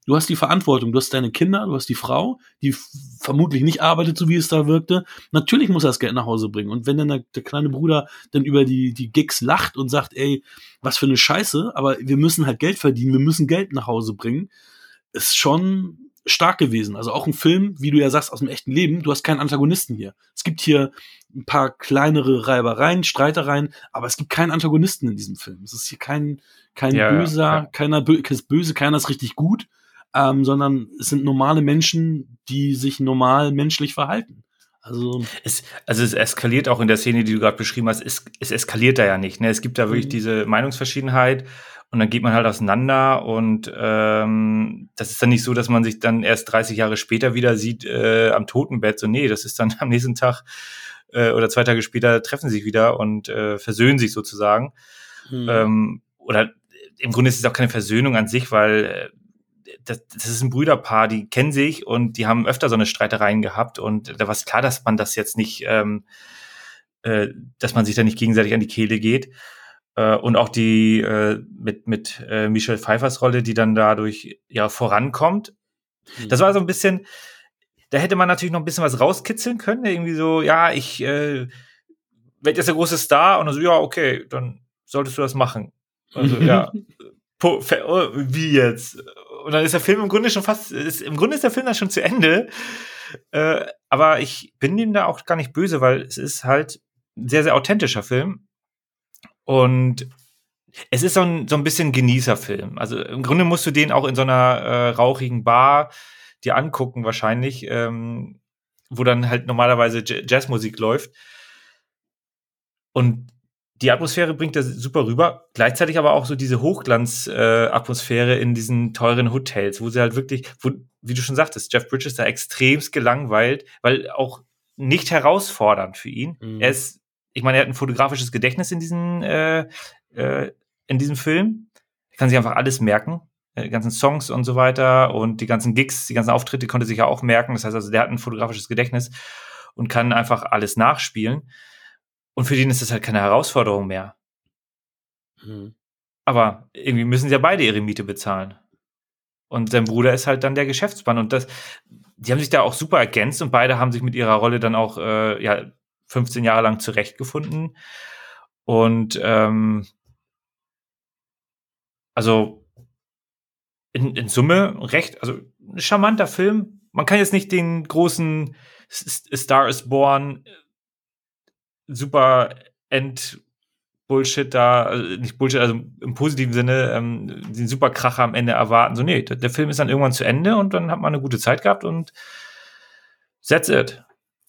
Du hast die Verantwortung, du hast deine Kinder, du hast die Frau, die f- vermutlich nicht arbeitet, so wie es da wirkte. Natürlich muss er das Geld nach Hause bringen. Und wenn dann der, der kleine Bruder dann über die, die Gigs lacht und sagt, ey, was für eine Scheiße, aber wir müssen halt Geld verdienen, wir müssen Geld nach Hause bringen, ist schon stark gewesen. Also auch ein Film, wie du ja sagst, aus dem echten Leben, du hast keinen Antagonisten hier. Es gibt hier ein paar kleinere Reibereien, Streitereien, aber es gibt keinen Antagonisten in diesem Film. Es ist hier kein, kein
Ja,
Böser,
ja.
keiner bö- ist böse, keiner ist richtig gut, ähm, sondern es sind normale Menschen, die sich normal menschlich verhalten. Also,
Es, also es eskaliert auch in der Szene, die du gerade beschrieben hast, es, es eskaliert da ja nicht. Ne? Es gibt da wirklich
Mhm.
diese Meinungsverschiedenheit und dann geht man halt auseinander und ähm, das ist dann nicht so, dass man sich dann erst dreißig Jahre später wieder sieht äh, am Totenbett. So, nee, das ist dann am nächsten Tag äh, oder zwei Tage später treffen sie sich wieder und äh, versöhnen sich sozusagen.
mhm.
Ähm, oder im Grunde ist es auch keine Versöhnung an sich, weil äh, das, das ist ein Brüderpaar, die kennen sich und die haben öfter so eine Streitereien gehabt und da war es klar, dass man das jetzt nicht, ähm, äh, dass man sich da nicht gegenseitig an die Kehle geht. Äh, und auch die äh, mit, mit äh, Michelle Pfeiffers Rolle, die dann dadurch ja vorankommt. Das war so ein bisschen, da hätte man natürlich noch ein bisschen was rauskitzeln können. Irgendwie so, ja, ich äh, werde jetzt der große Star und dann so, ja, okay, dann solltest du das machen. Also, ja, po, fe, oh, wie jetzt? Und dann ist der Film im Grunde schon fast, ist, im Grunde ist der Film dann schon zu Ende. Äh, aber ich bin ihm da auch gar nicht böse, weil es ist halt ein sehr, sehr authentischer Film. Und es ist so ein, so ein bisschen Genießerfilm. Also im Grunde musst du den auch in so einer äh, rauchigen Bar dir angucken wahrscheinlich, ähm, wo dann halt normalerweise J- Jazzmusik läuft. Und die Atmosphäre bringt das super rüber. Gleichzeitig aber auch so diese Hochglanz-Atmosphäre äh, in diesen teuren Hotels, wo sie halt wirklich, wo, wie du schon sagtest, Jeff Bridges da extremst gelangweilt, weil auch nicht herausfordernd für ihn.
Mhm.
Er ist, ich meine, er hat ein fotografisches Gedächtnis in diesem, äh, äh, in diesem Film. Er kann sich einfach alles merken. Die ganzen Songs und so weiter und die ganzen Gigs, die ganzen Auftritte konnte sich ja auch merken. Das heißt also, der hat ein fotografisches Gedächtnis und kann einfach alles nachspielen. Und für den ist das halt keine Herausforderung mehr.
Mhm.
Aber irgendwie müssen sie ja beide ihre Miete bezahlen. Und sein Bruder ist halt dann der Geschäftsmann. Und das, die haben sich da auch super ergänzt und beide haben sich mit ihrer Rolle dann auch äh, ja, fünfzehn Jahre lang zurechtgefunden. Und ähm, also in, in Summe recht, also ein charmanter Film. Man kann jetzt nicht den großen Star is Born super End Bullshit da, also nicht Bullshit, also im positiven Sinne, ähm, den Superkracher am Ende erwarten. So, nee, der, der Film ist dann irgendwann zu Ende und dann hat man eine gute Zeit gehabt und that's it.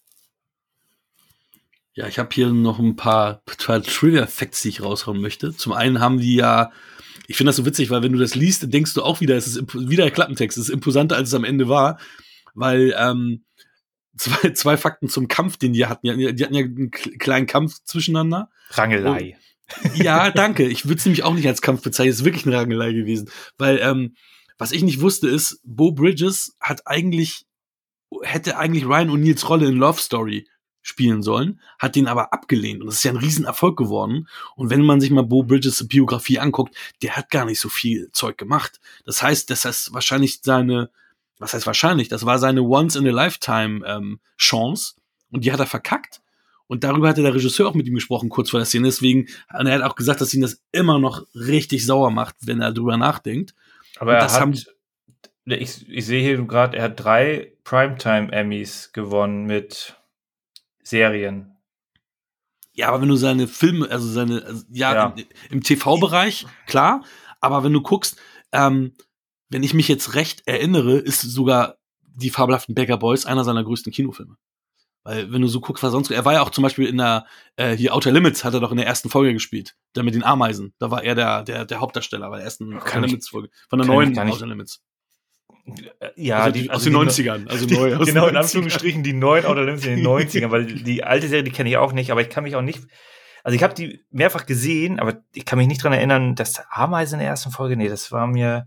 Ja, ich habe hier noch ein paar, paar Trivia-Facts, die ich raushauen möchte. Zum einen haben die ja, ich finde das so witzig, weil wenn du das liest, dann denkst du auch wieder, es ist impo- wieder der Klappentext, es ist imposanter, als es am Ende war, weil ähm, zwei, zwei Fakten zum Kampf, den die hatten. Die, die hatten ja einen k- kleinen Kampf zwischeneinander.
Rangelei.
Ja, danke. Ich würde es nämlich auch nicht als Kampf bezeichnen. Es ist wirklich eine Rangelei gewesen. Weil, ähm, was ich nicht wusste, ist, Beau Bridges hat eigentlich, hätte eigentlich Ryan O'Neals Rolle in Love Story spielen sollen, hat den aber abgelehnt. Und das ist ja ein Riesenerfolg geworden. Und wenn man sich mal Beau Bridges Biografie anguckt, der hat gar nicht so viel Zeug gemacht. Das heißt, das heißt wahrscheinlich seine, was heißt wahrscheinlich, das war seine Once-in-a-Lifetime-Chance. Und die hat er verkackt. Und darüber hatte der Regisseur auch mit ihm gesprochen, kurz vor der Szene. Deswegen, und er hat auch gesagt, dass ihn das immer noch richtig sauer macht, wenn er drüber nachdenkt.
Aber
Und
er
das
hat,
haben-
ich, ich sehe hier gerade, er hat drei Primetime-Emmys gewonnen mit Serien.
Ja, aber wenn du seine Filme, also seine, also, ja,
Ja.
Im, im T V-Bereich, klar, aber wenn du guckst, ähm, wenn ich mich jetzt recht erinnere, ist sogar die fabelhaften Baker Boys einer seiner größten Kinofilme. Weil, wenn du so guckst, was sonst, er war ja auch zum Beispiel in der, äh, hier Outer Limits hat er doch in der ersten Folge gespielt. Der mit den Ameisen. Da war er der, der, der Hauptdarsteller bei der ersten Outer
Kann ich-
Limits Folge. Von der
kann ich
neuen
gar nicht-
Outer Limits.
Ja,
also,
die,
aus
also
den
die-
neunzigern. Also neu aus
Genau,
den
in
neunzigern.
Anführungsstrichen die neuen Outer Limits in den neunzigern, weil die alte Serie, die kenne ich auch nicht, aber ich kann mich auch nicht, also ich habe die mehrfach gesehen, aber ich kann mich nicht dran erinnern, dass Ameisen in der ersten Folge, nee, das war mir,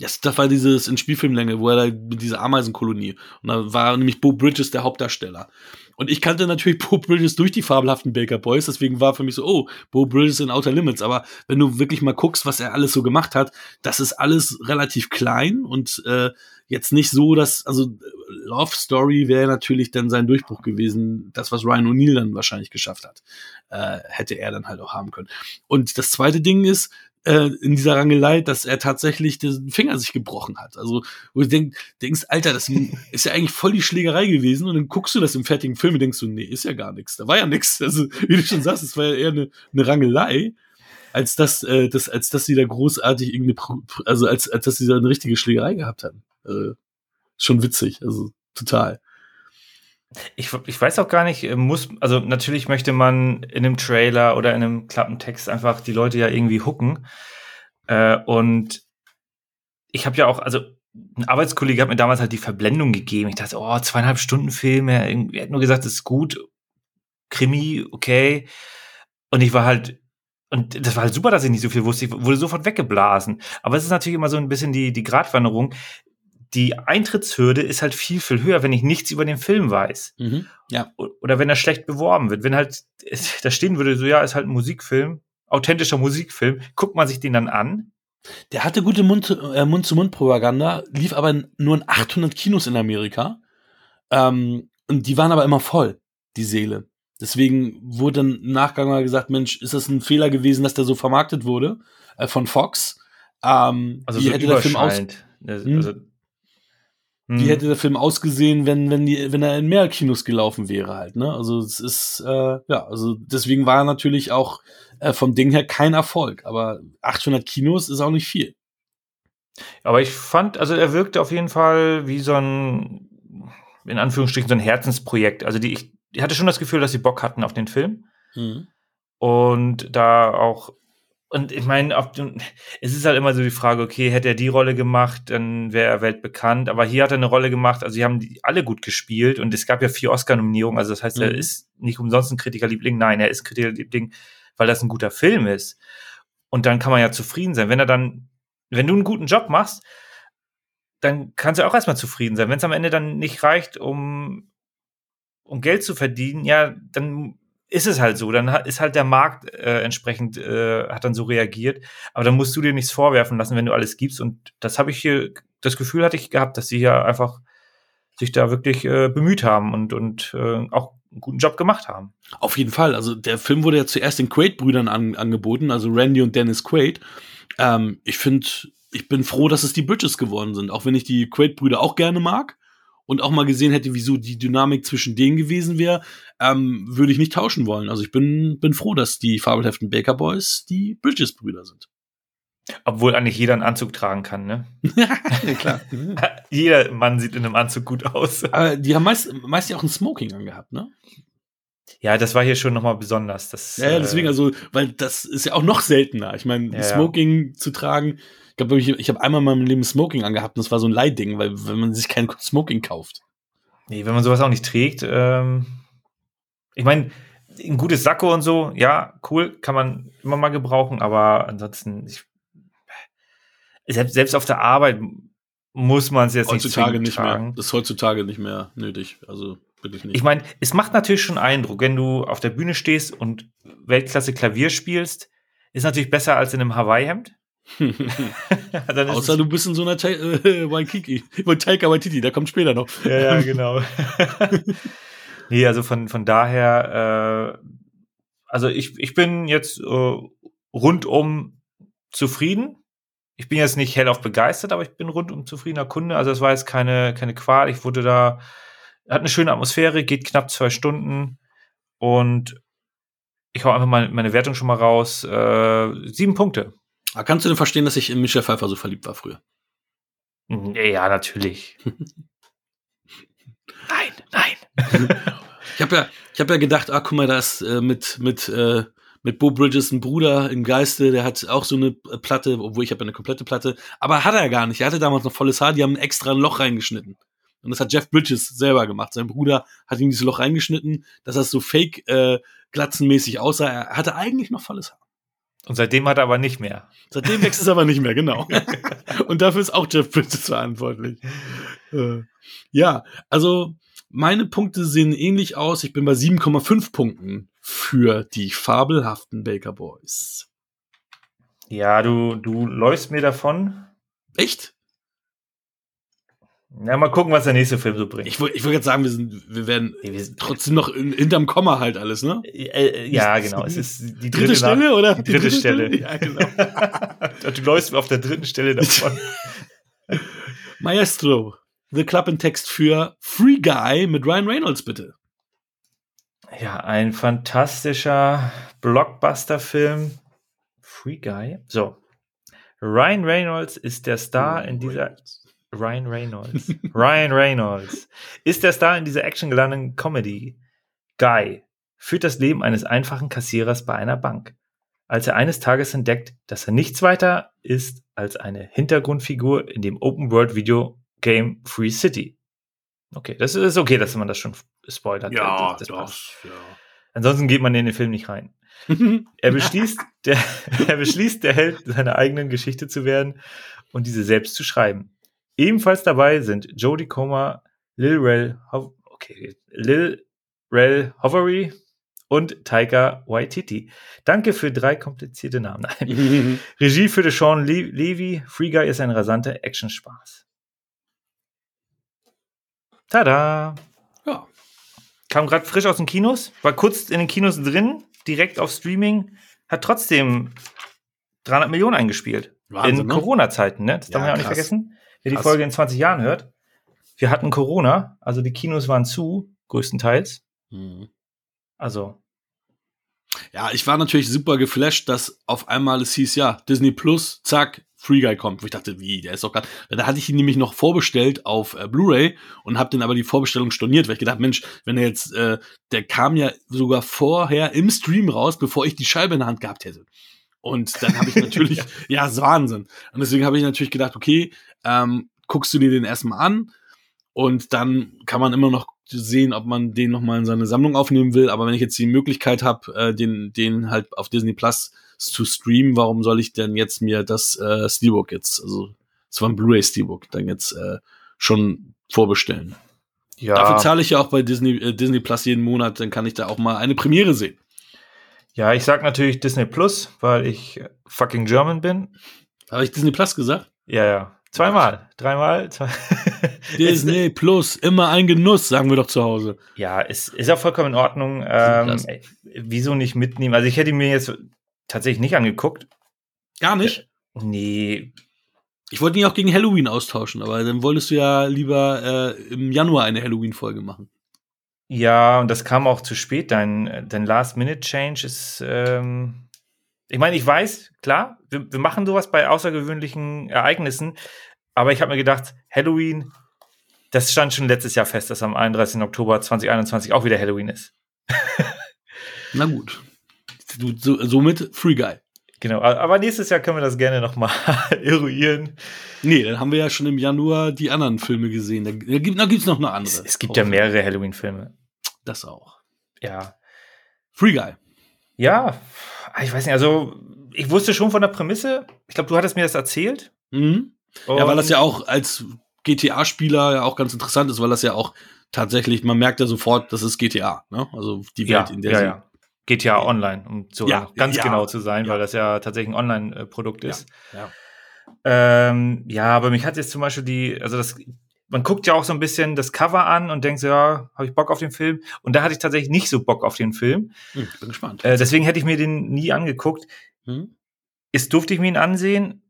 Das, das war dieses in Spielfilmlänge, wo er da mit dieser Ameisenkolonie. Und da war nämlich Beau Bridges der Hauptdarsteller. Und ich kannte natürlich Beau Bridges durch die fabelhaften Baker Boys, deswegen war für mich so, oh, Beau Bridges in Outer Limits. Aber wenn du wirklich mal guckst, was er alles so gemacht hat, das ist alles relativ klein und äh, jetzt nicht so, dass, also Love Story wäre natürlich dann sein Durchbruch gewesen, das, was Ryan O'Neal dann wahrscheinlich geschafft hat, äh, hätte er dann halt auch haben können. Und das zweite Ding ist, äh, in dieser Rangelei, dass er tatsächlich den Finger sich gebrochen hat. Also, wo du denk, denkst, Alter, das ist ja eigentlich voll die Schlägerei gewesen und dann guckst du das im fertigen Film und denkst du, nee, ist ja gar nichts. Da war ja nichts. Also, wie du schon sagst, es war ja eher eine, eine Rangelei, als dass, äh, das, als dass sie da großartig irgendeine, also als, als dass sie da eine richtige Schlägerei gehabt hatten. Äh, schon witzig, also total.
Ich, ich weiß auch gar nicht, muss, also natürlich möchte man in einem Trailer oder in einem Klappentext einfach die Leute ja irgendwie hooken. Äh, und ich habe ja auch, also ein Arbeitskollege hat mir damals halt die Verblendung gegeben. Ich dachte, oh, zweieinhalb Stunden Film, er, er hat nur gesagt, das ist gut, Krimi, okay. Und ich war halt, und das war halt super, dass ich nicht so viel wusste, ich wurde sofort weggeblasen. Aber es ist natürlich immer so ein bisschen die, die Gratwanderung. Die Eintrittshürde ist halt viel, viel höher, wenn ich nichts über den Film weiß.
Mhm, ja.
Oder wenn er schlecht beworben wird. Wenn halt da stehen würde, so ja, ist halt ein Musikfilm, authentischer Musikfilm, guckt man sich den dann an.
Der hatte gute Mund, äh, Mund-zu-Mund-Propaganda, lief aber nur in achthundert Kinos in Amerika. Ähm, und die waren aber immer voll, die Säle. Deswegen wurde dann im Nachgang mal gesagt, Mensch, ist das ein Fehler gewesen, dass der so vermarktet wurde äh, von Fox? Ähm,
also
wie
so
hätte der Film aus-
also,
Wie hätte der Film ausgesehen, wenn wenn die wenn er in mehr Kinos gelaufen wäre halt, ne? Also es ist äh, ja, also deswegen war er natürlich auch äh, vom Ding her kein Erfolg, aber achthundert Kinos ist auch nicht viel.
Aber ich fand, also er wirkte auf jeden Fall wie so ein, in Anführungsstrichen, so ein Herzensprojekt. Also die, ich, ich hatte schon das Gefühl, dass sie Bock hatten auf den Film.
Mhm.
Und da auch, und ich meine, auf dem- es ist halt immer so die Frage, okay, hätte er die Rolle gemacht, dann wäre er weltbekannt. Aber hier hat er eine Rolle gemacht, also sie haben die alle gut gespielt und es gab ja vier Oscar-Nominierungen. Also das heißt, er
Mhm.
ist nicht umsonst ein Kritikerliebling. Nein, er ist Kritikerliebling, weil das ein guter Film ist. Und dann kann man ja zufrieden sein. Wenn er dann, wenn du einen guten Job machst, dann kannst du auch erstmal zufrieden sein. Wenn es am Ende dann nicht reicht, um, um Geld zu verdienen, ja, dann ist es halt so. Dann hat- ist halt der Markt äh, entsprechend, äh, hat dann so reagiert. Aber dann musst du dir nichts vorwerfen lassen, wenn du alles gibst. Und das habe ich hier, das Gefühl hatte ich gehabt, dass sie hier einfach sich da wirklich äh, bemüht haben und, und äh, auch einen guten Job gemacht haben.
Auf jeden Fall. Also der Film wurde ja zuerst den Quaid-Brüdern an, angeboten, also Randy und Dennis Quaid. Ähm, ich finde, ich bin froh, dass es die Bridges geworden sind, auch wenn ich die Quaid-Brüder auch gerne mag und auch mal gesehen hätte, wieso die Dynamik zwischen denen gewesen wäre, ähm, würde ich nicht tauschen wollen. Also ich bin, bin froh, dass die fabelhaften Baker Boys die Bridges-Brüder sind.
Obwohl eigentlich jeder einen Anzug tragen kann, ne?
Ja, klar.
Jeder Mann sieht in einem Anzug gut aus.
Aber die haben meist, meist ja auch ein Smoking angehabt, ne?
Ja, das war hier schon nochmal besonders. Das,
Ja, ja, deswegen,
äh,
also, weil das ist ja auch noch seltener. Ich meine,
Ja, ja.
Smoking zu tragen, ich glaube, ich, ich habe einmal in meinem Leben Smoking angehabt und das war so ein Leihding, weil wenn man sich kein Smoking kauft.
Nee, wenn man sowas auch nicht trägt, ähm, ich meine, ein gutes Sakko und so, ja, cool, kann man immer mal gebrauchen, aber ansonsten, ich, selbst, selbst auf der Arbeit muss man es jetzt
Heutzutage
nicht
nicht
tragen.
mehr. Das ist heutzutage nicht mehr nötig. Also wirklich nicht.
Ich meine, es macht natürlich schon Eindruck, wenn du auf der Bühne stehst und Weltklasse Klavier spielst, ist natürlich besser als in einem Hawaii-Hemd. Dann ist
Außer
es-
du bist in so einer Ta äh, Waikiki. Taika Waititi, der kommt später noch.
Ja, ja, genau. Nee, also von, von daher, äh, also ich, ich bin jetzt äh, rundum zufrieden. Ich bin jetzt nicht hellauf begeistert, aber ich bin rundum zufriedener Kunde. Also es war jetzt keine, keine Qual. Ich wurde da, hat eine schöne Atmosphäre, geht knapp zwei Stunden und ich hau einfach mal meine Wertung schon mal raus. Äh, sieben Punkte.
Aber kannst du denn verstehen, dass ich in Michelle Pfeiffer so verliebt war früher?
Ja, natürlich. Nein, nein.
Ich habe ja, ich habe ja gedacht, ah, guck mal, da ist äh, mit mit äh, mit Beau Bridges ein Bruder im Geiste, der hat auch so eine äh, Platte, obwohl ich habe ja eine komplette Platte, aber hat er gar nicht. Er hatte damals noch volles Haar, die haben extra ein Loch reingeschnitten. Und das hat Jeff Bridges selber gemacht. Sein Bruder hat ihm dieses Loch reingeschnitten, dass das so fake äh, glatzenmäßig aussah. Er hatte eigentlich noch volles Haar.
Und seitdem hat er aber nicht mehr.
Seitdem wächst es aber nicht mehr, genau. Und dafür ist auch Jeff Bridges verantwortlich. Äh, ja, also meine Punkte sehen ähnlich aus. Ich bin bei sieben Komma fünf Punkten für die fabelhaften Baker Boys.
Ja, du, du läufst mir davon.
Echt?
Ja, mal gucken, was der nächste Film so bringt.
Ich wollte ich wollt jetzt sagen, wir, sind, wir werden
Nee, wir sind-
trotzdem noch in, hinterm Komma halt alles, ne?
Äh, äh, ja, genau. Es ist die dritte,
Dritte Stelle,
nach-
oder?
Die dritte, Stelle.
Ja, genau.
Du läufst mir auf der dritten Stelle davon.
Maestro, The Klappentext für Free Guy mit Ryan Reynolds, bitte.
Ja, ein fantastischer Blockbuster-Film. Free Guy. So. Ryan Reynolds ist der Star in dieser... Ryan Reynolds. Ryan Reynolds ist der Star in dieser actiongeladenen Comedy. Guy führt das Leben eines einfachen Kassierers bei einer Bank. Als er eines Tages entdeckt, dass er nichts weiter ist als eine Hintergrundfigur in dem Open-World-Video-Game Free City. Okay, das ist okay, dass man das schon spoilert.
Ja,
das, das
das,
passt.
ja.
Ansonsten geht man in den Film nicht rein. Er beschließt, der, er beschließt, der Held seiner eigenen Geschichte zu werden und diese selbst zu schreiben. Ebenfalls dabei sind Jodie Comer, Lil Rel, Ho- okay, Lil Rel Howery und Taika Waititi. Danke für drei komplizierte Namen. Nein. Regie führte Sean Le- Levy. Free Guy ist ein rasanter Actionspaß. Tada!
Ja.
Kam gerade frisch aus den Kinos, war kurz in den Kinos drin, direkt auf Streaming, hat trotzdem dreihundert Millionen eingespielt.
Wahnsinn,
in
ne?
Corona-Zeiten, ne? Das
Ja,
darf man ja auch nicht
krass.
vergessen. Wer die
Krass.
Folge in zwanzig Jahren hört, wir hatten Corona, also die Kinos waren zu, größtenteils.
Mhm.
Also,
Ja, ich war natürlich super geflasht, dass auf einmal es hieß, ja, Disney Plus, zack, Free Guy kommt. Wo ich dachte, wie, der ist doch gerade. Da hatte ich ihn nämlich noch vorbestellt auf äh, Blu-ray und habe den aber die Vorbestellung storniert, weil ich gedacht, Mensch, wenn er jetzt, äh, der kam ja sogar vorher im Stream raus, bevor ich die Scheibe in der Hand gehabt hätte. Und dann habe ich natürlich, ja, ist Wahnsinn. Und deswegen habe ich natürlich gedacht, okay, ähm, guckst du dir den erstmal an und dann kann man immer noch sehen, ob man den nochmal in seine Sammlung aufnehmen will. Aber wenn ich jetzt die Möglichkeit habe, äh, den, den halt auf Disney Plus zu streamen, warum soll ich denn jetzt mir das äh, Steelbook jetzt, also es war ein Blu-ray Steelbook, dann jetzt äh, schon vorbestellen.
ja.
Dafür zahle ich ja auch bei Disney, äh, Disney Plus jeden Monat, dann kann ich da auch mal eine Premiere sehen.
Ja, ich sag natürlich Disney Plus, weil ich äh, fucking German bin.
Habe ich Disney Plus gesagt?
Ja, ja. Zweimal, dreimal. Zwei
Disney Plus, immer ein Genuss, sagen wir doch zu Hause.
Ja, es ist auch vollkommen in Ordnung. Ähm,
Klasse.
ey, wieso nicht mitnehmen? Also ich hätte ihn mir jetzt tatsächlich nicht angeguckt.
Gar nicht.
Nee,
Ich wollte ihn auch gegen Halloween austauschen, aber dann wolltest du ja lieber äh, im Januar eine Halloween-Folge machen.
ja, und das kam auch zu spät. Dein, dein Last-Minute-Change ist, ähm, ich meine, ich weiß, klar, wir, wir machen sowas bei außergewöhnlichen Ereignissen, aber ich habe mir gedacht, Halloween, das stand schon letztes Jahr fest, dass am einunddreißigsten Oktober zweitausendeinundzwanzig auch wieder Halloween ist.
Na gut. Du, so, somit Free Guy.
Genau, aber nächstes Jahr können wir das gerne nochmal eruieren.
Nee, dann haben wir ja schon im Januar die anderen Filme gesehen. Da, da gibt es noch eine andere.
Es, es gibt ja mehrere Halloween-Filme.
Das auch.
Ja.
Free Guy.
Ja, ich weiß nicht, also ich wusste schon von der Prämisse. Ich glaube, du hattest mir das erzählt.
Mhm. Ja, weil
Und-
das ja auch als G T A-Spieler ja auch ganz interessant ist, weil das ja auch tatsächlich, man merkt ja sofort, das ist G T A, ne? Also die Welt,
ja,
in der
ja,
sie.
ja. G T A Online, um so
Ja,
ganz
ja,
genau zu sein,
ja.
weil das ja tatsächlich ein Online-Produkt ist.
Ja.
Ähm, ja, aber mich hat jetzt zum Beispiel die, also das, man guckt ja auch so ein bisschen das Cover an und denkt so, ja, habe ich Bock auf den Film? Und da hatte ich tatsächlich nicht so Bock auf den Film.
Hm, bin gespannt.
Äh, deswegen hätte ich mir den nie angeguckt.
Hm?
Ist, durfte ich mir ihn ansehen?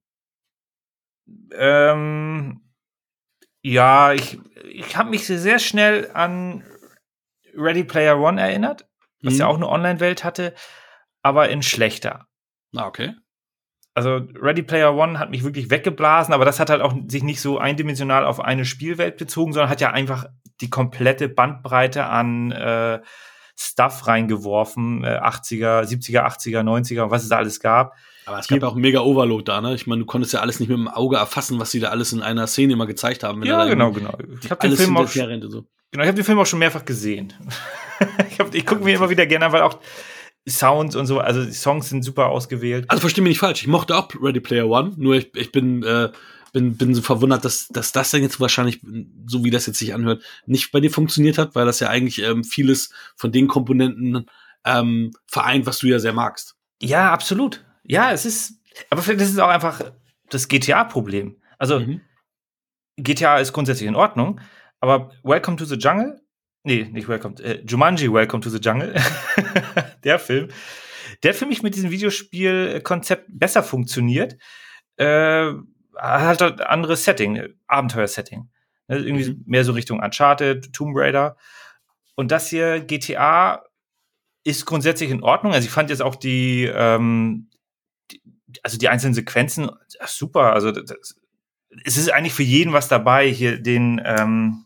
Ähm, ja, ich, ich habe mich sehr schnell an Ready Player One erinnert, was
Mhm.
ja auch eine Online-Welt hatte, aber in schlechter.
Ah, okay.
Also Ready Player One hat mich wirklich weggeblasen, aber das hat halt auch sich nicht so eindimensional auf eine Spielwelt bezogen, sondern hat ja einfach die komplette Bandbreite an äh, Stuff reingeworfen, äh, achtziger, siebziger, achtziger, neunziger, was es da alles gab.
Aber es
Hier-
gab ja auch mega Overload da, ne? Ich meine, du konntest ja alles nicht mit dem Auge erfassen, was sie da alles in einer Szene immer gezeigt haben. Wenn er
Ja,
da
genau,
irgendwie
genau. Ich habe den
alles
Film auch
hinterher rannte, so.
Genau, ich habe den Film auch schon mehrfach gesehen. ich hab, ich gucke mir immer wieder gerne an, weil auch Sounds und so, also die Songs sind super ausgewählt.
Also versteh mich nicht falsch, ich mochte auch Ready Player One, nur ich, ich bin, äh, bin, bin so verwundert, dass, dass das dann jetzt wahrscheinlich, so wie das jetzt sich anhört, nicht bei dir funktioniert hat, weil das ja eigentlich ähm, vieles von den Komponenten ähm, vereint, was du ja sehr magst.
Ja, absolut. Ja, es ist, aber vielleicht ist es auch einfach das G T A-Problem. Also, mhm. G T A ist grundsätzlich in Ordnung, aber Welcome to the Jungle, nee, nicht Welcome, äh, Jumanji Welcome to the Jungle, der Film, der für mich mit diesem Videospielkonzept besser funktioniert, äh, hat halt ein anderes Setting, Abenteuer-Setting. Ne, irgendwie mhm. mehr so Richtung Uncharted, Tomb Raider. Und das hier, G T A, ist grundsätzlich in Ordnung. Also ich fand jetzt auch die, ähm, die also die einzelnen Sequenzen ach, super. Also das, es ist eigentlich für jeden was dabei. Hier den, ähm,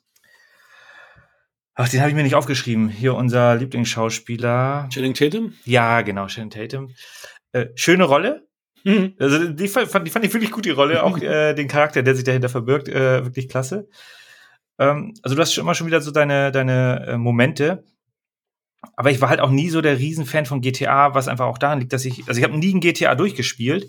ach, den habe ich mir nicht aufgeschrieben. Hier unser Lieblingsschauspieler.
Channing Tatum?
Ja, genau, Channing Tatum. Äh, schöne Rolle. Mhm. Also die fand, die fand ich wirklich gut, die Rolle. Auch äh, den Charakter, der sich dahinter verbirgt, äh, wirklich klasse. Ähm, also du hast schon immer schon wieder so deine, deine äh, Momente. Aber ich war halt auch nie so der Riesenfan von G T A, was einfach auch daran liegt, dass ich, also ich habe nie ein G T A durchgespielt.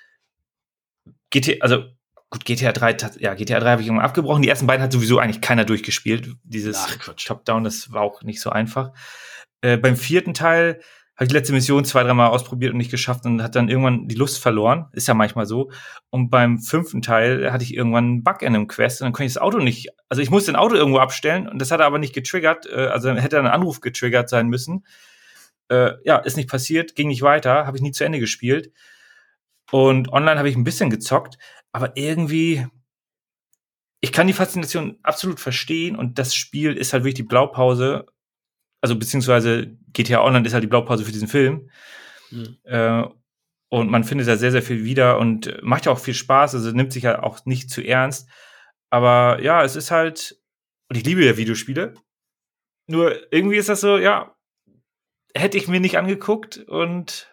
G T, also gut, G T A drei, ja, G T A drei habe ich irgendwann abgebrochen. Die ersten beiden hat sowieso eigentlich keiner durchgespielt. Dieses Top-Down, das war auch nicht so einfach. Äh, beim vierten Teil habe ich die letzte Mission zwei, dreimal ausprobiert und nicht geschafft und hat dann irgendwann die Lust verloren. Ist ja manchmal so. Und beim fünften Teil hatte ich irgendwann einen Bug in einem Quest und dann konnte ich das Auto nicht, also ich musste ein Auto irgendwo abstellen und das hat er aber nicht getriggert, also dann hätte ein Anruf getriggert sein müssen. Äh, ja, ist nicht passiert, ging nicht weiter, habe ich nie zu Ende gespielt. Und online habe ich ein bisschen gezockt, aber irgendwie, ich kann die Faszination absolut verstehen und das Spiel ist halt wirklich die Blaupause. Also beziehungsweise G T A Online ist halt die Blaupause für diesen Film. Mhm. Äh, und man findet da sehr, sehr viel wieder und macht ja auch viel Spaß. Also nimmt sich ja auch nicht zu ernst. Aber ja, es ist halt, und ich liebe ja Videospiele. Nur irgendwie ist das so, ja, hätte ich mir nicht angeguckt und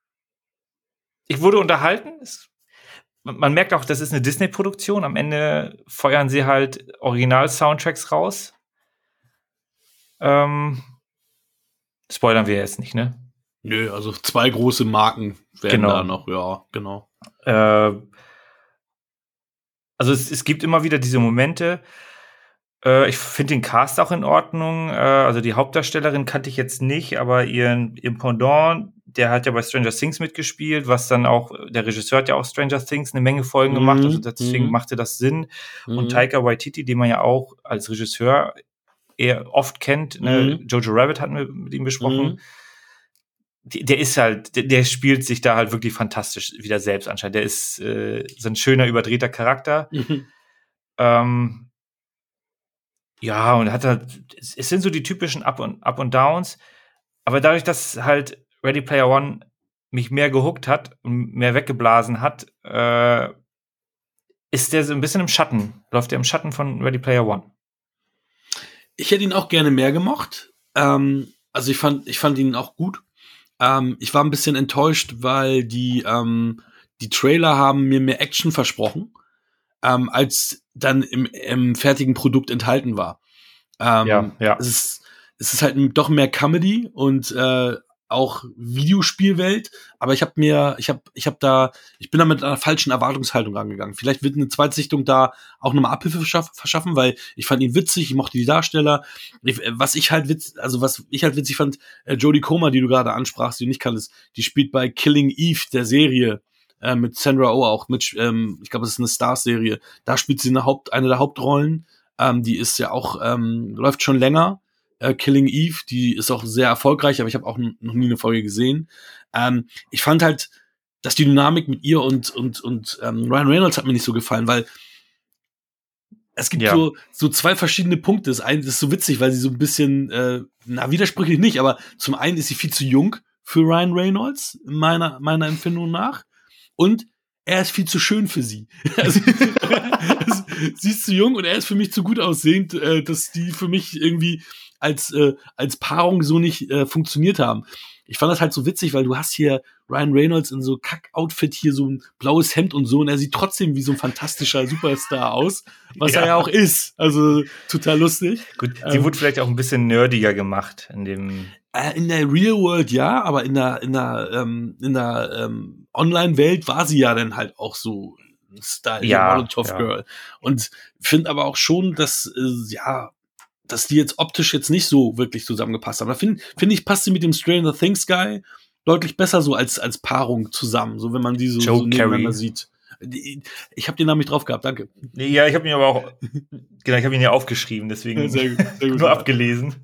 ich wurde unterhalten. Es, man merkt auch, das ist eine Disney-Produktion. Am Ende feuern sie halt Original-Soundtracks raus. Ähm, Spoilern wir jetzt nicht, ne?
Nö, also zwei große Marken werden
genau.
da noch, ja, genau.
Äh, also es, es gibt immer wieder diese Momente. Äh, ich finde den Cast auch in Ordnung. Äh, also die Hauptdarstellerin kannte ich jetzt nicht, aber ihren, ihren Pendant, der hat ja bei Stranger Things mitgespielt, was dann auch, der Regisseur hat ja auch Stranger Things eine Menge Folgen mhm. gemacht, also deswegen mhm. machte das Sinn. Mhm. Und Taika Waititi, den man ja auch als Regisseur eher oft kennt, ne? Mhm. Jojo Rabbit hatten wir mit ihm besprochen. Mhm. Die, der ist halt, der, der spielt sich da halt wirklich fantastisch wieder selbst anscheinend. Der ist äh, so ein schöner, überdrehter Charakter. Mhm. Ähm, ja, und hat halt, es sind so die typischen Up und, Up und Downs, aber dadurch, dass halt Ready Player One mich mehr gehuckt hat und mehr weggeblasen hat, äh, ist der so ein bisschen im Schatten, läuft der im Schatten von Ready Player One.
Ich hätte ihn auch gerne mehr gemocht. Ähm, also ich fand, ich fand ihn auch gut. Ähm, ich war ein bisschen enttäuscht, weil die, ähm, die Trailer haben mir mehr Action versprochen, ähm, als dann im, im fertigen Produkt enthalten war. Ähm,
ja, ja.
Es ist, es ist halt doch mehr Comedy und äh, auch Videospielwelt, aber ich habe mir, ich habe, ich habe da, ich bin da mit einer falschen Erwartungshaltung rangegangen. Vielleicht wird eine Zweitsichtung da auch nochmal Abhilfe verschaff, verschaffen, weil ich fand ihn witzig, ich mochte die Darsteller. Ich, was ich halt witz, also was ich halt witzig fand, äh, Jodie Comer, die du gerade ansprachst, die du nicht kanntest, die spielt bei Killing Eve, der Serie, äh, mit Sandra Oh auch, mit, ähm, ich glaube, es ist eine Stars-Serie. Da spielt sie eine Haupt, eine der Hauptrollen. Ähm, die ist ja auch, ähm, läuft schon länger. Killing Eve, die ist auch sehr erfolgreich, aber ich habe auch n- noch nie eine Folge gesehen. Ähm, ich fand halt, dass die Dynamik mit ihr und und und ähm, Ryan Reynolds hat mir nicht so gefallen, weil es gibt ja. so so zwei verschiedene Punkte. Das eine ist so witzig, weil sie so ein bisschen, äh, na widersprüchlich nicht, aber zum einen ist sie viel zu jung für Ryan Reynolds meiner meiner Empfindung nach und er ist viel zu schön für sie. Also, sie ist zu jung und er ist für mich zu gut aussehend, äh, dass die für mich irgendwie als äh, als Paarung so nicht äh, funktioniert haben. Ich fand das halt so witzig, weil du hast hier Ryan Reynolds in so Kack-Outfit, hier so ein blaues Hemd und so, und er sieht trotzdem wie so ein fantastischer Superstar aus, was ja. er ja auch ist. Also total lustig.
Gut, sie ähm, wurde vielleicht auch ein bisschen nerdiger gemacht in dem
Äh, in der Real World ja, aber in der, in der, ähm, in der ähm, Online-Welt war sie ja dann halt auch so ein Style,
Ja,
Molotov
ja.
Girl. Und finde aber auch schon, dass, äh, ja, dass die jetzt optisch jetzt nicht so wirklich zusammengepasst haben. Da finde find ich, passt sie mit dem Stranger Things Guy deutlich besser so als, als Paarung zusammen, so wenn man die so,
Joe
so nebeneinander
Carey.
sieht. Ich habe den Namen nicht drauf gehabt, danke.
Ja, ich habe ihn aber auch, genau, ich habe ihn ja aufgeschrieben, deswegen
Sehr gut, sehr gut.
nur abgelesen.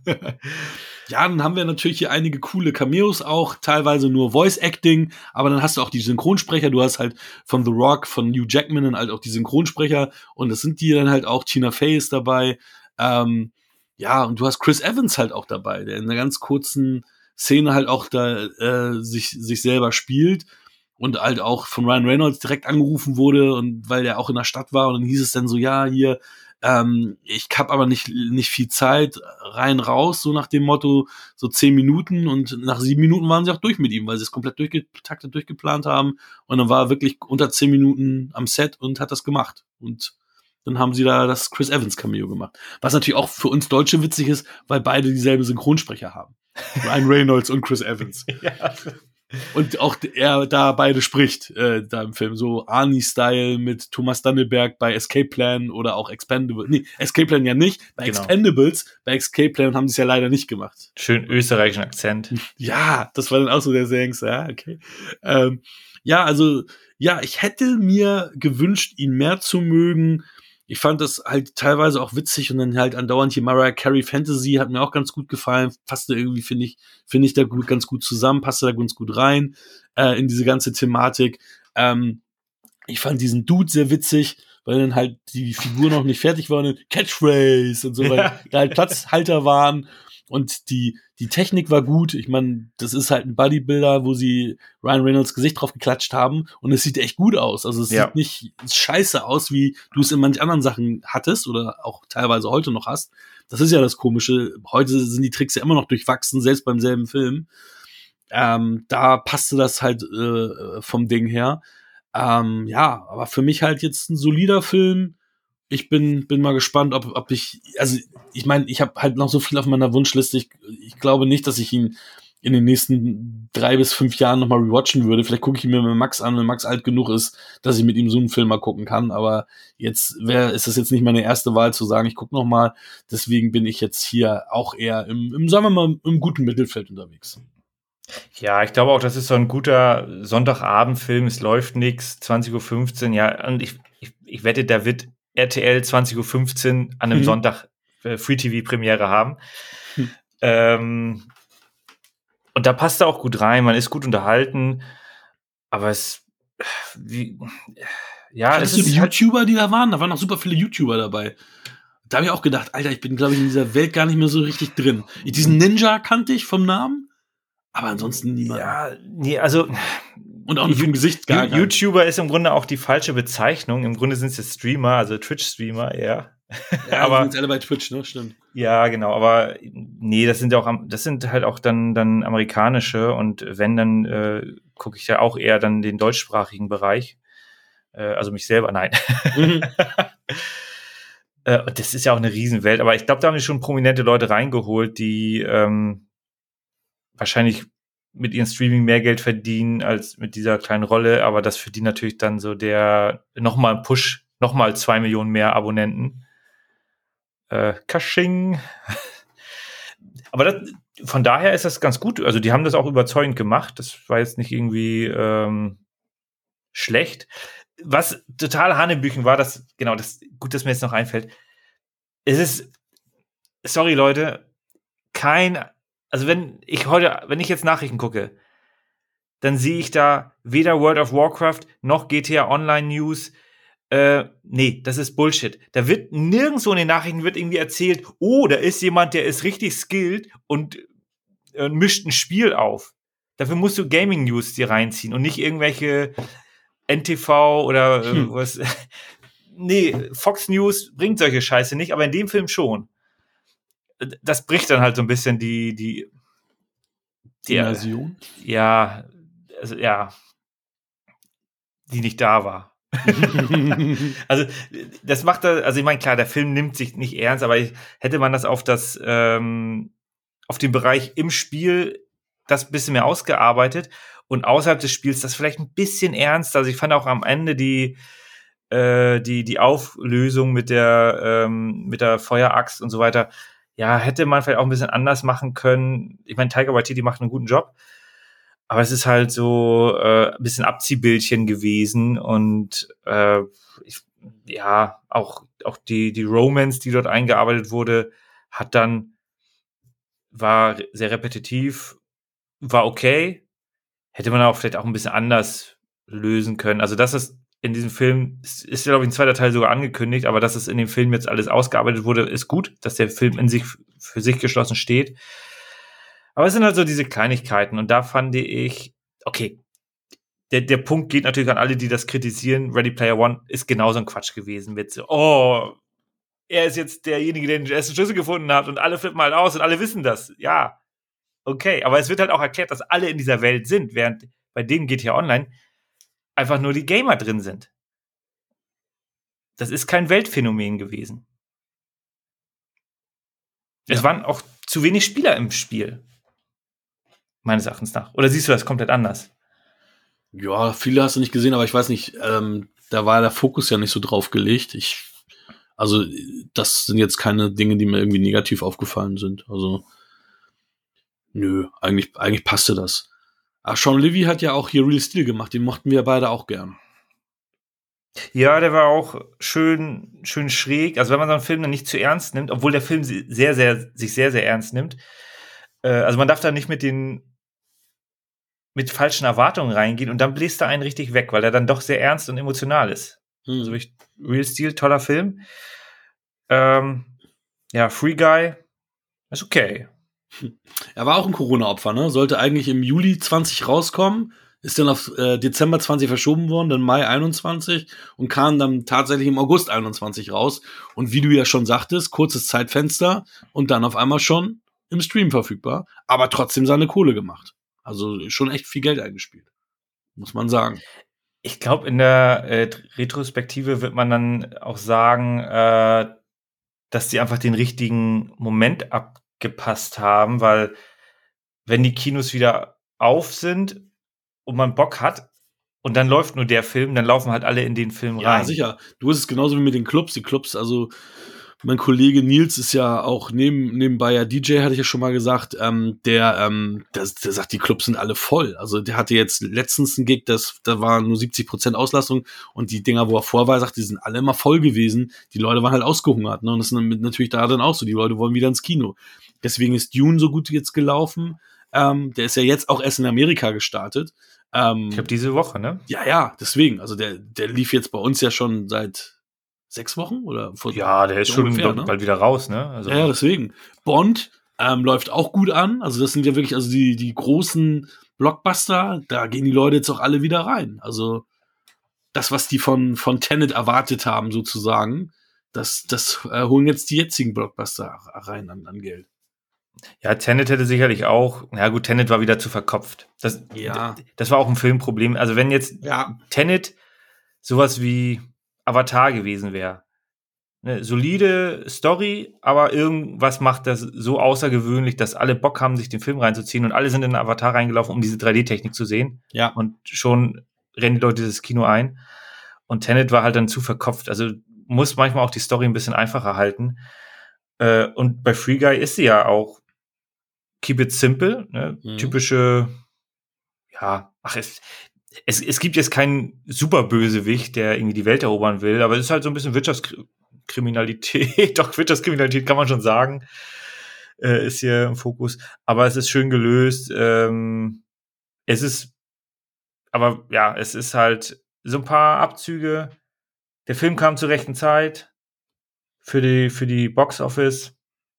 Ja, dann haben wir natürlich hier einige coole Cameos auch, teilweise nur Voice-Acting, aber dann hast du auch die Synchronsprecher, du hast halt von The Rock, von Hugh Jackman dann halt auch die Synchronsprecher und das sind die dann halt auch, Tina Fey ist dabei, ähm, ja, und du hast Chris Evans halt auch dabei, der in einer ganz kurzen Szene halt auch da äh, sich, sich selber spielt und halt auch von Ryan Reynolds direkt angerufen wurde und weil der auch in der Stadt war und dann hieß es dann so, ja, hier, ähm, ich hab aber nicht, nicht viel Zeit, rein, raus, so nach dem Motto, so zehn Minuten und nach sieben Minuten waren sie auch durch mit ihm, weil sie es komplett durchgetaktet, durchgeplant haben und dann war er wirklich unter zehn Minuten am Set und hat das gemacht und dann haben sie da das Chris Evans Cameo gemacht. Was natürlich auch für uns Deutsche witzig ist, weil beide dieselbe Synchronsprecher haben. Ryan Reynolds und Chris Evans.
Ja.
Und auch er da beide spricht, äh, da im Film. So Arnie-Style mit Thomas Danneberg bei Escape Plan oder auch Expendables. Nee, Escape Plan ja nicht. Bei
Genau.
Expendables, bei Escape Plan haben sie es ja leider nicht gemacht.
Schön österreichischen Akzent.
Ja, das war dann auch so der Sengs, ja, okay. Ähm, ja, also, ja, ich hätte mir gewünscht, ihn mehr zu mögen. Ich fand das halt teilweise auch witzig und dann halt andauernd hier Mariah Carey Fantasy hat mir auch ganz gut gefallen. Passte irgendwie, finde ich, finde ich da gut, ganz gut zusammen, passte da ganz gut rein, äh, in diese ganze Thematik. Ähm, ich fand diesen Dude sehr witzig, weil dann halt die Figur noch nicht fertig war und Catchphrase und so, weil
Ja.
da halt Platzhalter waren und die, die Technik war gut. Ich meine, das ist halt ein Bodybuilder, wo sie Ryan Reynolds Gesicht drauf geklatscht haben und es sieht echt gut aus. Also es
Ja.
sieht nicht scheiße aus, wie du es in manch anderen Sachen hattest oder auch teilweise heute noch hast. Das ist ja das Komische. Heute sind die Tricks ja immer noch durchwachsen, selbst beim selben Film. Ähm, da passte das halt äh, vom Ding her. Ähm, ja, aber für mich halt jetzt ein solider Film. Ich bin bin mal gespannt, ob ob ich, also ich meine, ich habe halt noch so viel auf meiner Wunschliste. Ich, ich glaube nicht, dass ich ihn in den nächsten drei bis fünf Jahren nochmal rewatchen würde. Vielleicht gucke ich ihn mir mit Max an, wenn Max alt genug ist, dass ich mit ihm so einen Film mal gucken kann. Aber jetzt wär, ist das jetzt nicht meine erste Wahl zu sagen, ich gucke noch mal. Deswegen bin ich jetzt hier auch eher im, im, sagen wir mal, im guten Mittelfeld unterwegs.
Ja, ich glaube auch, das ist so ein guter Sonntagabendfilm. Es läuft nix, zwanzig Uhr fünfzehn. Ja, und ich, ich, ich wette, da wird R T L zwanzig Uhr fünfzehn an einem
Mhm.
Sonntag äh, Free-T V-Premiere haben.
Mhm.
Ähm, und da passt er auch gut rein. Man ist gut unterhalten. Aber es, wie, ja,
Hattest
es
du die
ist halt,
YouTuber, die da waren? Da waren noch super viele YouTuber dabei. Da habe ich auch gedacht, Alter, ich bin, glaube ich, in dieser Welt gar nicht mehr so richtig drin. Diesen Ninja kannte ich vom Namen, aber ansonsten niemand.
ja, nee, also
Und auch nicht vom Gesicht gar
You-
nicht.
YouTuber ist im Grunde auch die falsche Bezeichnung. Im Grunde sind es Streamer, also Twitch-Streamer eher.
Ja,
aber-
aber sind jetzt alle bei Twitch, ne? Stimmt.
Ja, genau, aber nee, das sind ja auch, am- das sind halt auch dann, dann amerikanische und wenn, dann äh, gucke ich ja auch eher dann den deutschsprachigen Bereich. Äh, also mich selber, nein.
Mhm.
äh, und das ist ja auch eine Riesenwelt, aber ich glaube, da haben die schon prominente Leute reingeholt, die ähm, wahrscheinlich mit ihrem Streaming mehr Geld verdienen als mit dieser kleinen Rolle, aber das für die natürlich dann so der nochmal ein Push, nochmal zwei Millionen mehr Abonnenten. Äh, Kasching. Aber das, von daher ist das ganz gut. Also die haben das auch überzeugend gemacht. Das war jetzt nicht irgendwie ähm, schlecht. Was total Hanebüchen war, das, genau, das, gut, dass mir jetzt noch einfällt. Es ist, sorry Leute, kein, also wenn ich heute, wenn ich jetzt Nachrichten gucke, dann sehe ich da weder World of Warcraft noch G T A Online News. Äh, nee, das ist Bullshit. Da wird nirgendwo in den Nachrichten wird irgendwie erzählt, oh, da ist jemand, der ist richtig skilled und äh, mischt ein Spiel auf. Dafür musst du Gaming News dir reinziehen und nicht irgendwelche N T V oder äh,
Hm.
was. Nee, Fox News bringt solche Scheiße nicht, aber in dem Film schon. Das bricht dann halt so ein bisschen die, die, die
Immersion.
ja, also, ja, die nicht da war. Also, das macht er, also ich meine, klar, der Film nimmt sich nicht ernst, aber ich, hätte man das auf das, ähm, auf den Bereich im Spiel das ein bisschen mehr ausgearbeitet und außerhalb des Spiels das vielleicht ein bisschen ernster. Also ich fand auch am Ende die äh, die die Auflösung mit der ähm, mit der Feueraxt und so weiter, ja, hätte man vielleicht auch ein bisschen anders machen können. Ich meine, Taika Waititi macht einen guten Job, aber es ist halt so äh, ein bisschen Abziehbildchen gewesen und äh, ich, ja, auch auch die die Romance, die dort eingearbeitet wurde, hat dann war sehr repetitiv, war okay, hätte man auch vielleicht auch ein bisschen anders lösen können. Also das ist in diesem Film, ist, ist glaube ich, ein zweiter Teil sogar angekündigt, aber dass es in dem Film jetzt alles ausgearbeitet wurde, ist gut, dass der Film in sich für sich geschlossen steht. Aber es sind halt so diese Kleinigkeiten und da fand ich, okay, der, der Punkt geht natürlich an alle, die das kritisieren. Ready Player One ist genauso ein Quatsch gewesen mit so, oh, er ist jetzt derjenige, der den ersten Schlüssel gefunden hat und alle flippen halt aus und alle wissen das. Ja, okay, aber es wird halt auch erklärt, dass alle in dieser Welt sind, während bei dem G T A Online einfach nur die Gamer drin sind. Das ist kein Weltphänomen gewesen. Ja. Es waren auch zu wenig Spieler im Spiel. Meines Erachtens nach. Oder siehst du das komplett anders?
Ja, viele hast du nicht gesehen, aber ich weiß nicht, ähm, da war der Fokus ja nicht so drauf gelegt. Ich, also, das sind jetzt keine Dinge, die mir irgendwie negativ aufgefallen sind. Also, nö, eigentlich, eigentlich passte das. Ach, Sean Levy hat ja auch hier Real Steel gemacht, den mochten wir beide auch gern.
Ja, der war auch schön, schön schräg. Also, wenn man so einen Film dann nicht zu ernst nimmt, obwohl der Film sehr, sehr, sich sehr, sehr ernst nimmt. Äh, also, man darf da nicht mit den mit falschen Erwartungen reingehen und dann bläst er einen richtig weg, weil er dann doch sehr ernst und emotional ist. Hm. Also ich, Real Steel, toller Film. Ähm, ja, Free Guy ist okay.
Er war auch ein Corona-Opfer, ne? Sollte eigentlich im Juli zwanzig rauskommen, ist dann auf äh, Dezember zwanzig verschoben worden, dann Mai einundzwanzig und kam dann tatsächlich im August einundzwanzig raus. Und wie du ja schon sagtest, kurzes Zeitfenster und dann auf einmal schon im Stream verfügbar, aber trotzdem seine Kohle gemacht. Also schon echt viel Geld eingespielt, muss man sagen.
Ich glaube, in der äh, Retrospektive wird man dann auch sagen, äh, dass die einfach den richtigen Moment abgepasst haben, weil wenn die Kinos wieder auf sind und man Bock hat und dann läuft nur der Film, dann laufen halt alle in den Film
ja,
rein.
Ja, sicher. Du hast es genauso wie mit den Clubs. Die Clubs, also mein Kollege Nils ist ja auch neben, nebenbei ja D J, hatte ich ja schon mal gesagt, ähm, der, ähm, der, der sagt, die Clubs sind alle voll. Also der hatte jetzt letztens einen Gig, das, da war nur siebzig Prozent Auslastung und die Dinger, wo er vor war, sagt, die sind alle immer voll gewesen. Die Leute waren halt ausgehungert, ne? Und das ist natürlich da dann auch so. Die Leute wollen wieder ins Kino. Deswegen ist Dune so gut jetzt gelaufen. Ähm, der ist ja jetzt auch erst in Amerika gestartet. Ähm,
ich glaube, diese Woche, ne?
Ja, ja, deswegen. Also der, der lief jetzt bei uns ja schon seit sechs Wochen oder vor
ja, der ist schon ungefähr,
ne?
bald wieder raus, ne? Also
ja, deswegen. Bond ähm, läuft auch gut an. Also das sind ja wirklich also die die großen Blockbuster. Da gehen die Leute jetzt auch alle wieder rein. Also das, was die von von Tenet erwartet haben, sozusagen, das das äh, holen jetzt die jetzigen Blockbuster rein an, an Geld.
Ja, Tenet hätte sicherlich auch. Ja gut, Tenet war wieder zu verkopft. Das,
ja.
das war auch ein Filmproblem. Also wenn jetzt
ja.
Tenet sowas wie Avatar gewesen wäre. Eine solide Story, aber irgendwas macht das so außergewöhnlich, dass alle Bock haben, sich den Film reinzuziehen und alle sind in den Avatar reingelaufen, um diese drei D-Technik zu sehen.
Ja.
Und schon rennen die Leute das Kino ein. Und Tenet war halt dann zu verkopft. Also muss manchmal auch die Story ein bisschen einfacher halten. Äh, und bei Free Guy ist sie ja auch keep it simple, ne? Mhm. Typische, ja, ach, es Es, es gibt jetzt keinen Superbösewicht, der irgendwie die Welt erobern will, aber es ist halt so ein bisschen Wirtschaftskriminalität. Doch, Wirtschaftskriminalität kann man schon sagen, äh, ist hier im Fokus. Aber es ist schön gelöst. Ähm, es ist, aber ja, es ist halt so ein paar Abzüge. Der Film kam zur rechten Zeit für die, für die Box Office.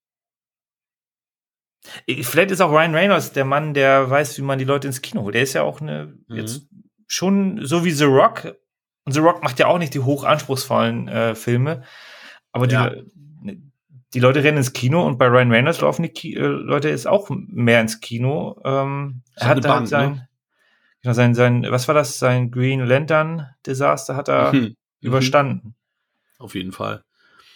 Vielleicht ist auch Ryan Reynolds der Mann, der weiß, wie man die Leute ins Kino holt. Der ist ja auch eine, mhm. jetzt schon so wie The Rock. Und The Rock macht ja auch nicht die hochanspruchsvollen äh, Filme. Aber die,
ja.
die Leute rennen ins Kino und bei Ryan Reynolds laufen die Ki- äh, Leute jetzt auch mehr ins Kino. Ähm, er hat halt sein, ne? genau, sein, sein, was war das? Sein Green Lantern Desaster hat er
mhm.
überstanden.
Auf jeden Fall.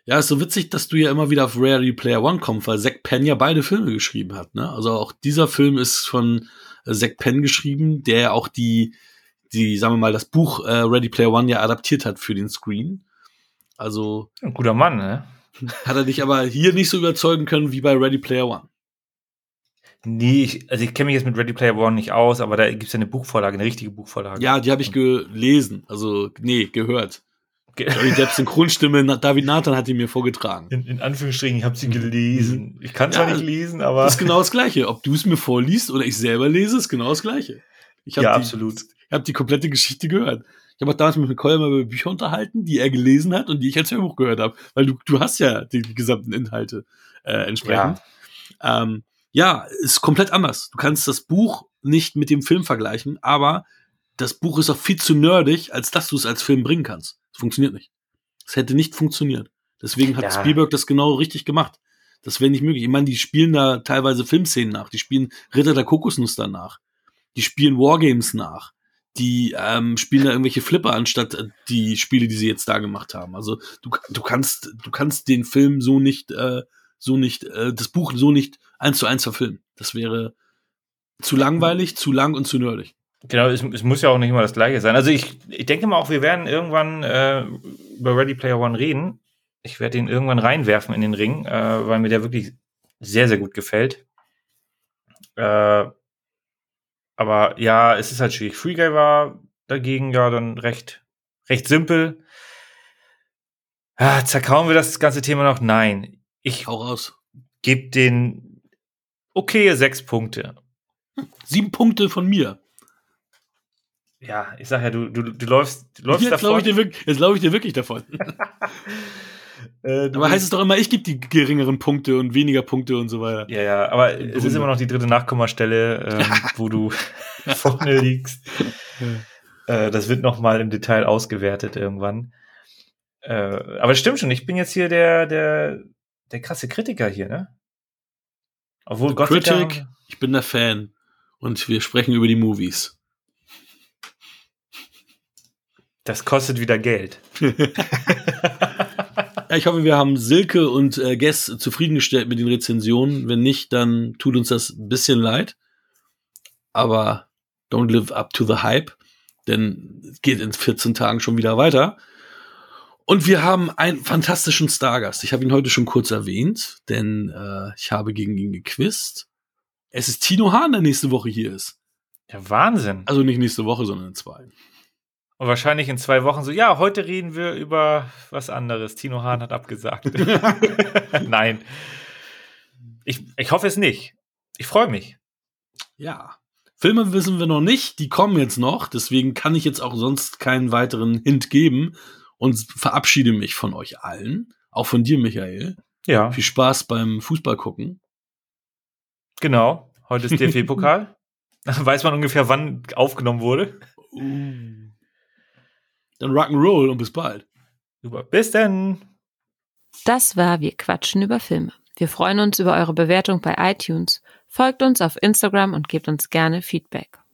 Ja, ist so witzig, dass du ja immer wieder auf Ready Player One kommst, weil Zack Penn ja beide Filme geschrieben hat, ne? Also auch dieser Film ist von äh, Zack Penn geschrieben, der ja auch die, die, sagen wir mal, das Buch äh, Ready Player One ja adaptiert hat für den Screen. Also.
Ein guter Mann, ne?
Hat er dich aber hier nicht so überzeugen können wie bei Ready Player One.
Nee, ich, also ich kenne mich jetzt mit Ready Player One nicht aus, aber da gibt es ja eine Buchvorlage, eine richtige Buchvorlage.
Ja, die habe ich gelesen, also nee, gehört. Johnny Depps Synchronstimme, David Nathan hat die mir vorgetragen.
In, in Anführungsstrichen, ich habe sie gelesen. Mhm. Ich kann zwar ja, nicht lesen, aber...
Das ist genau das Gleiche. Ob du es mir vorliest oder ich selber lese, ist genau das Gleiche. Ich hab
ja,
die,
absolut.
Ich habe die komplette Geschichte gehört. Ich habe auch damals mit Nicole mal über Bücher unterhalten, die er gelesen hat und die ich als Hörbuch gehört habe. Weil du, du hast ja die, die gesamten Inhalte äh, entsprechend. Ja. Ähm, ja, ist komplett anders. Du kannst das Buch nicht mit dem Film vergleichen, aber das Buch ist auch viel zu nerdig, als dass du es als Film bringen kannst. Das funktioniert nicht. Das hätte nicht funktioniert. Deswegen hat ja. Spielberg das genau richtig gemacht. Das wäre nicht möglich. Ich meine, die spielen da teilweise Filmszenen nach. Die spielen Ritter der Kokosnuss danach. Die spielen Wargames nach. Die ähm, spielen da irgendwelche Flipper anstatt die Spiele, die sie jetzt da gemacht haben. Also du, du kannst, du kannst den Film so nicht, äh, so nicht, äh, das Buch so nicht eins zu eins verfilmen. Das wäre zu langweilig, zu lang und zu nerdig.
Genau, es, es muss ja auch nicht immer das Gleiche sein. Also ich, ich denke mal auch, wir werden irgendwann äh, über Ready Player One reden. Ich werde ihn irgendwann reinwerfen in den Ring, äh, weil mir der wirklich sehr, sehr gut gefällt. Äh, aber ja, es ist halt schwierig. Free Guy war dagegen ja dann recht, recht simpel. Ah, zerkauen wir das ganze Thema noch? Nein. Ich
Hau raus.
Gebe den okay sechs Punkte.
Sieben Punkte von mir.
Ja, ich sag ja, du, du, du läufst, du läufst
jetzt
davon.
Glaub ich jetzt glaube ich dir wirklich davon. äh, aber heißt es doch immer, ich gebe die geringeren Punkte und weniger Punkte und so weiter.
Ja, ja, aber es ist immer noch die dritte Nachkommastelle, ähm, wo du vorne liegst. äh, das wird noch mal im Detail ausgewertet irgendwann. Äh, aber es stimmt schon, ich bin jetzt hier der, der, der krasse Kritiker hier, ne? Obwohl Gott sei Dank.
Ich bin der Fan. Und wir sprechen über die Movies.
Das kostet wieder Geld.
Ja, ich hoffe, wir haben Silke und äh, Guess zufriedengestellt mit den Rezensionen. Wenn nicht, dann tut uns das ein bisschen leid. Aber don't live up to the hype. Denn es geht in vierzehn Tagen schon wieder weiter. Und wir haben einen fantastischen Stargast. Ich habe ihn heute schon kurz erwähnt, denn äh, ich habe gegen ihn gequizt. Es ist Tino Hahn, der nächste Woche hier ist.
Ja, Wahnsinn.
Also nicht nächste Woche, sondern in zwei.
Und wahrscheinlich in zwei Wochen so, ja, heute reden wir über was anderes. Tino Hahn hat abgesagt. Nein. Ich, ich hoffe es nicht. Ich freue mich.
Ja. Filme wissen wir noch nicht, die kommen jetzt noch. Deswegen kann ich jetzt auch sonst keinen weiteren Hint geben und verabschiede mich von euch allen. Auch von dir, Michael.
Ja.
Viel Spaß beim Fußball gucken.
Genau. Heute ist D F B-Pokal. Weiß man ungefähr, wann aufgenommen wurde.
Uh. Dann Rock'n'Roll und bis bald.
Super. Bis denn.
Das war Wir quatschen über Filme. Wir freuen uns über eure Bewertung bei iTunes. Folgt uns auf Instagram und gebt uns gerne Feedback.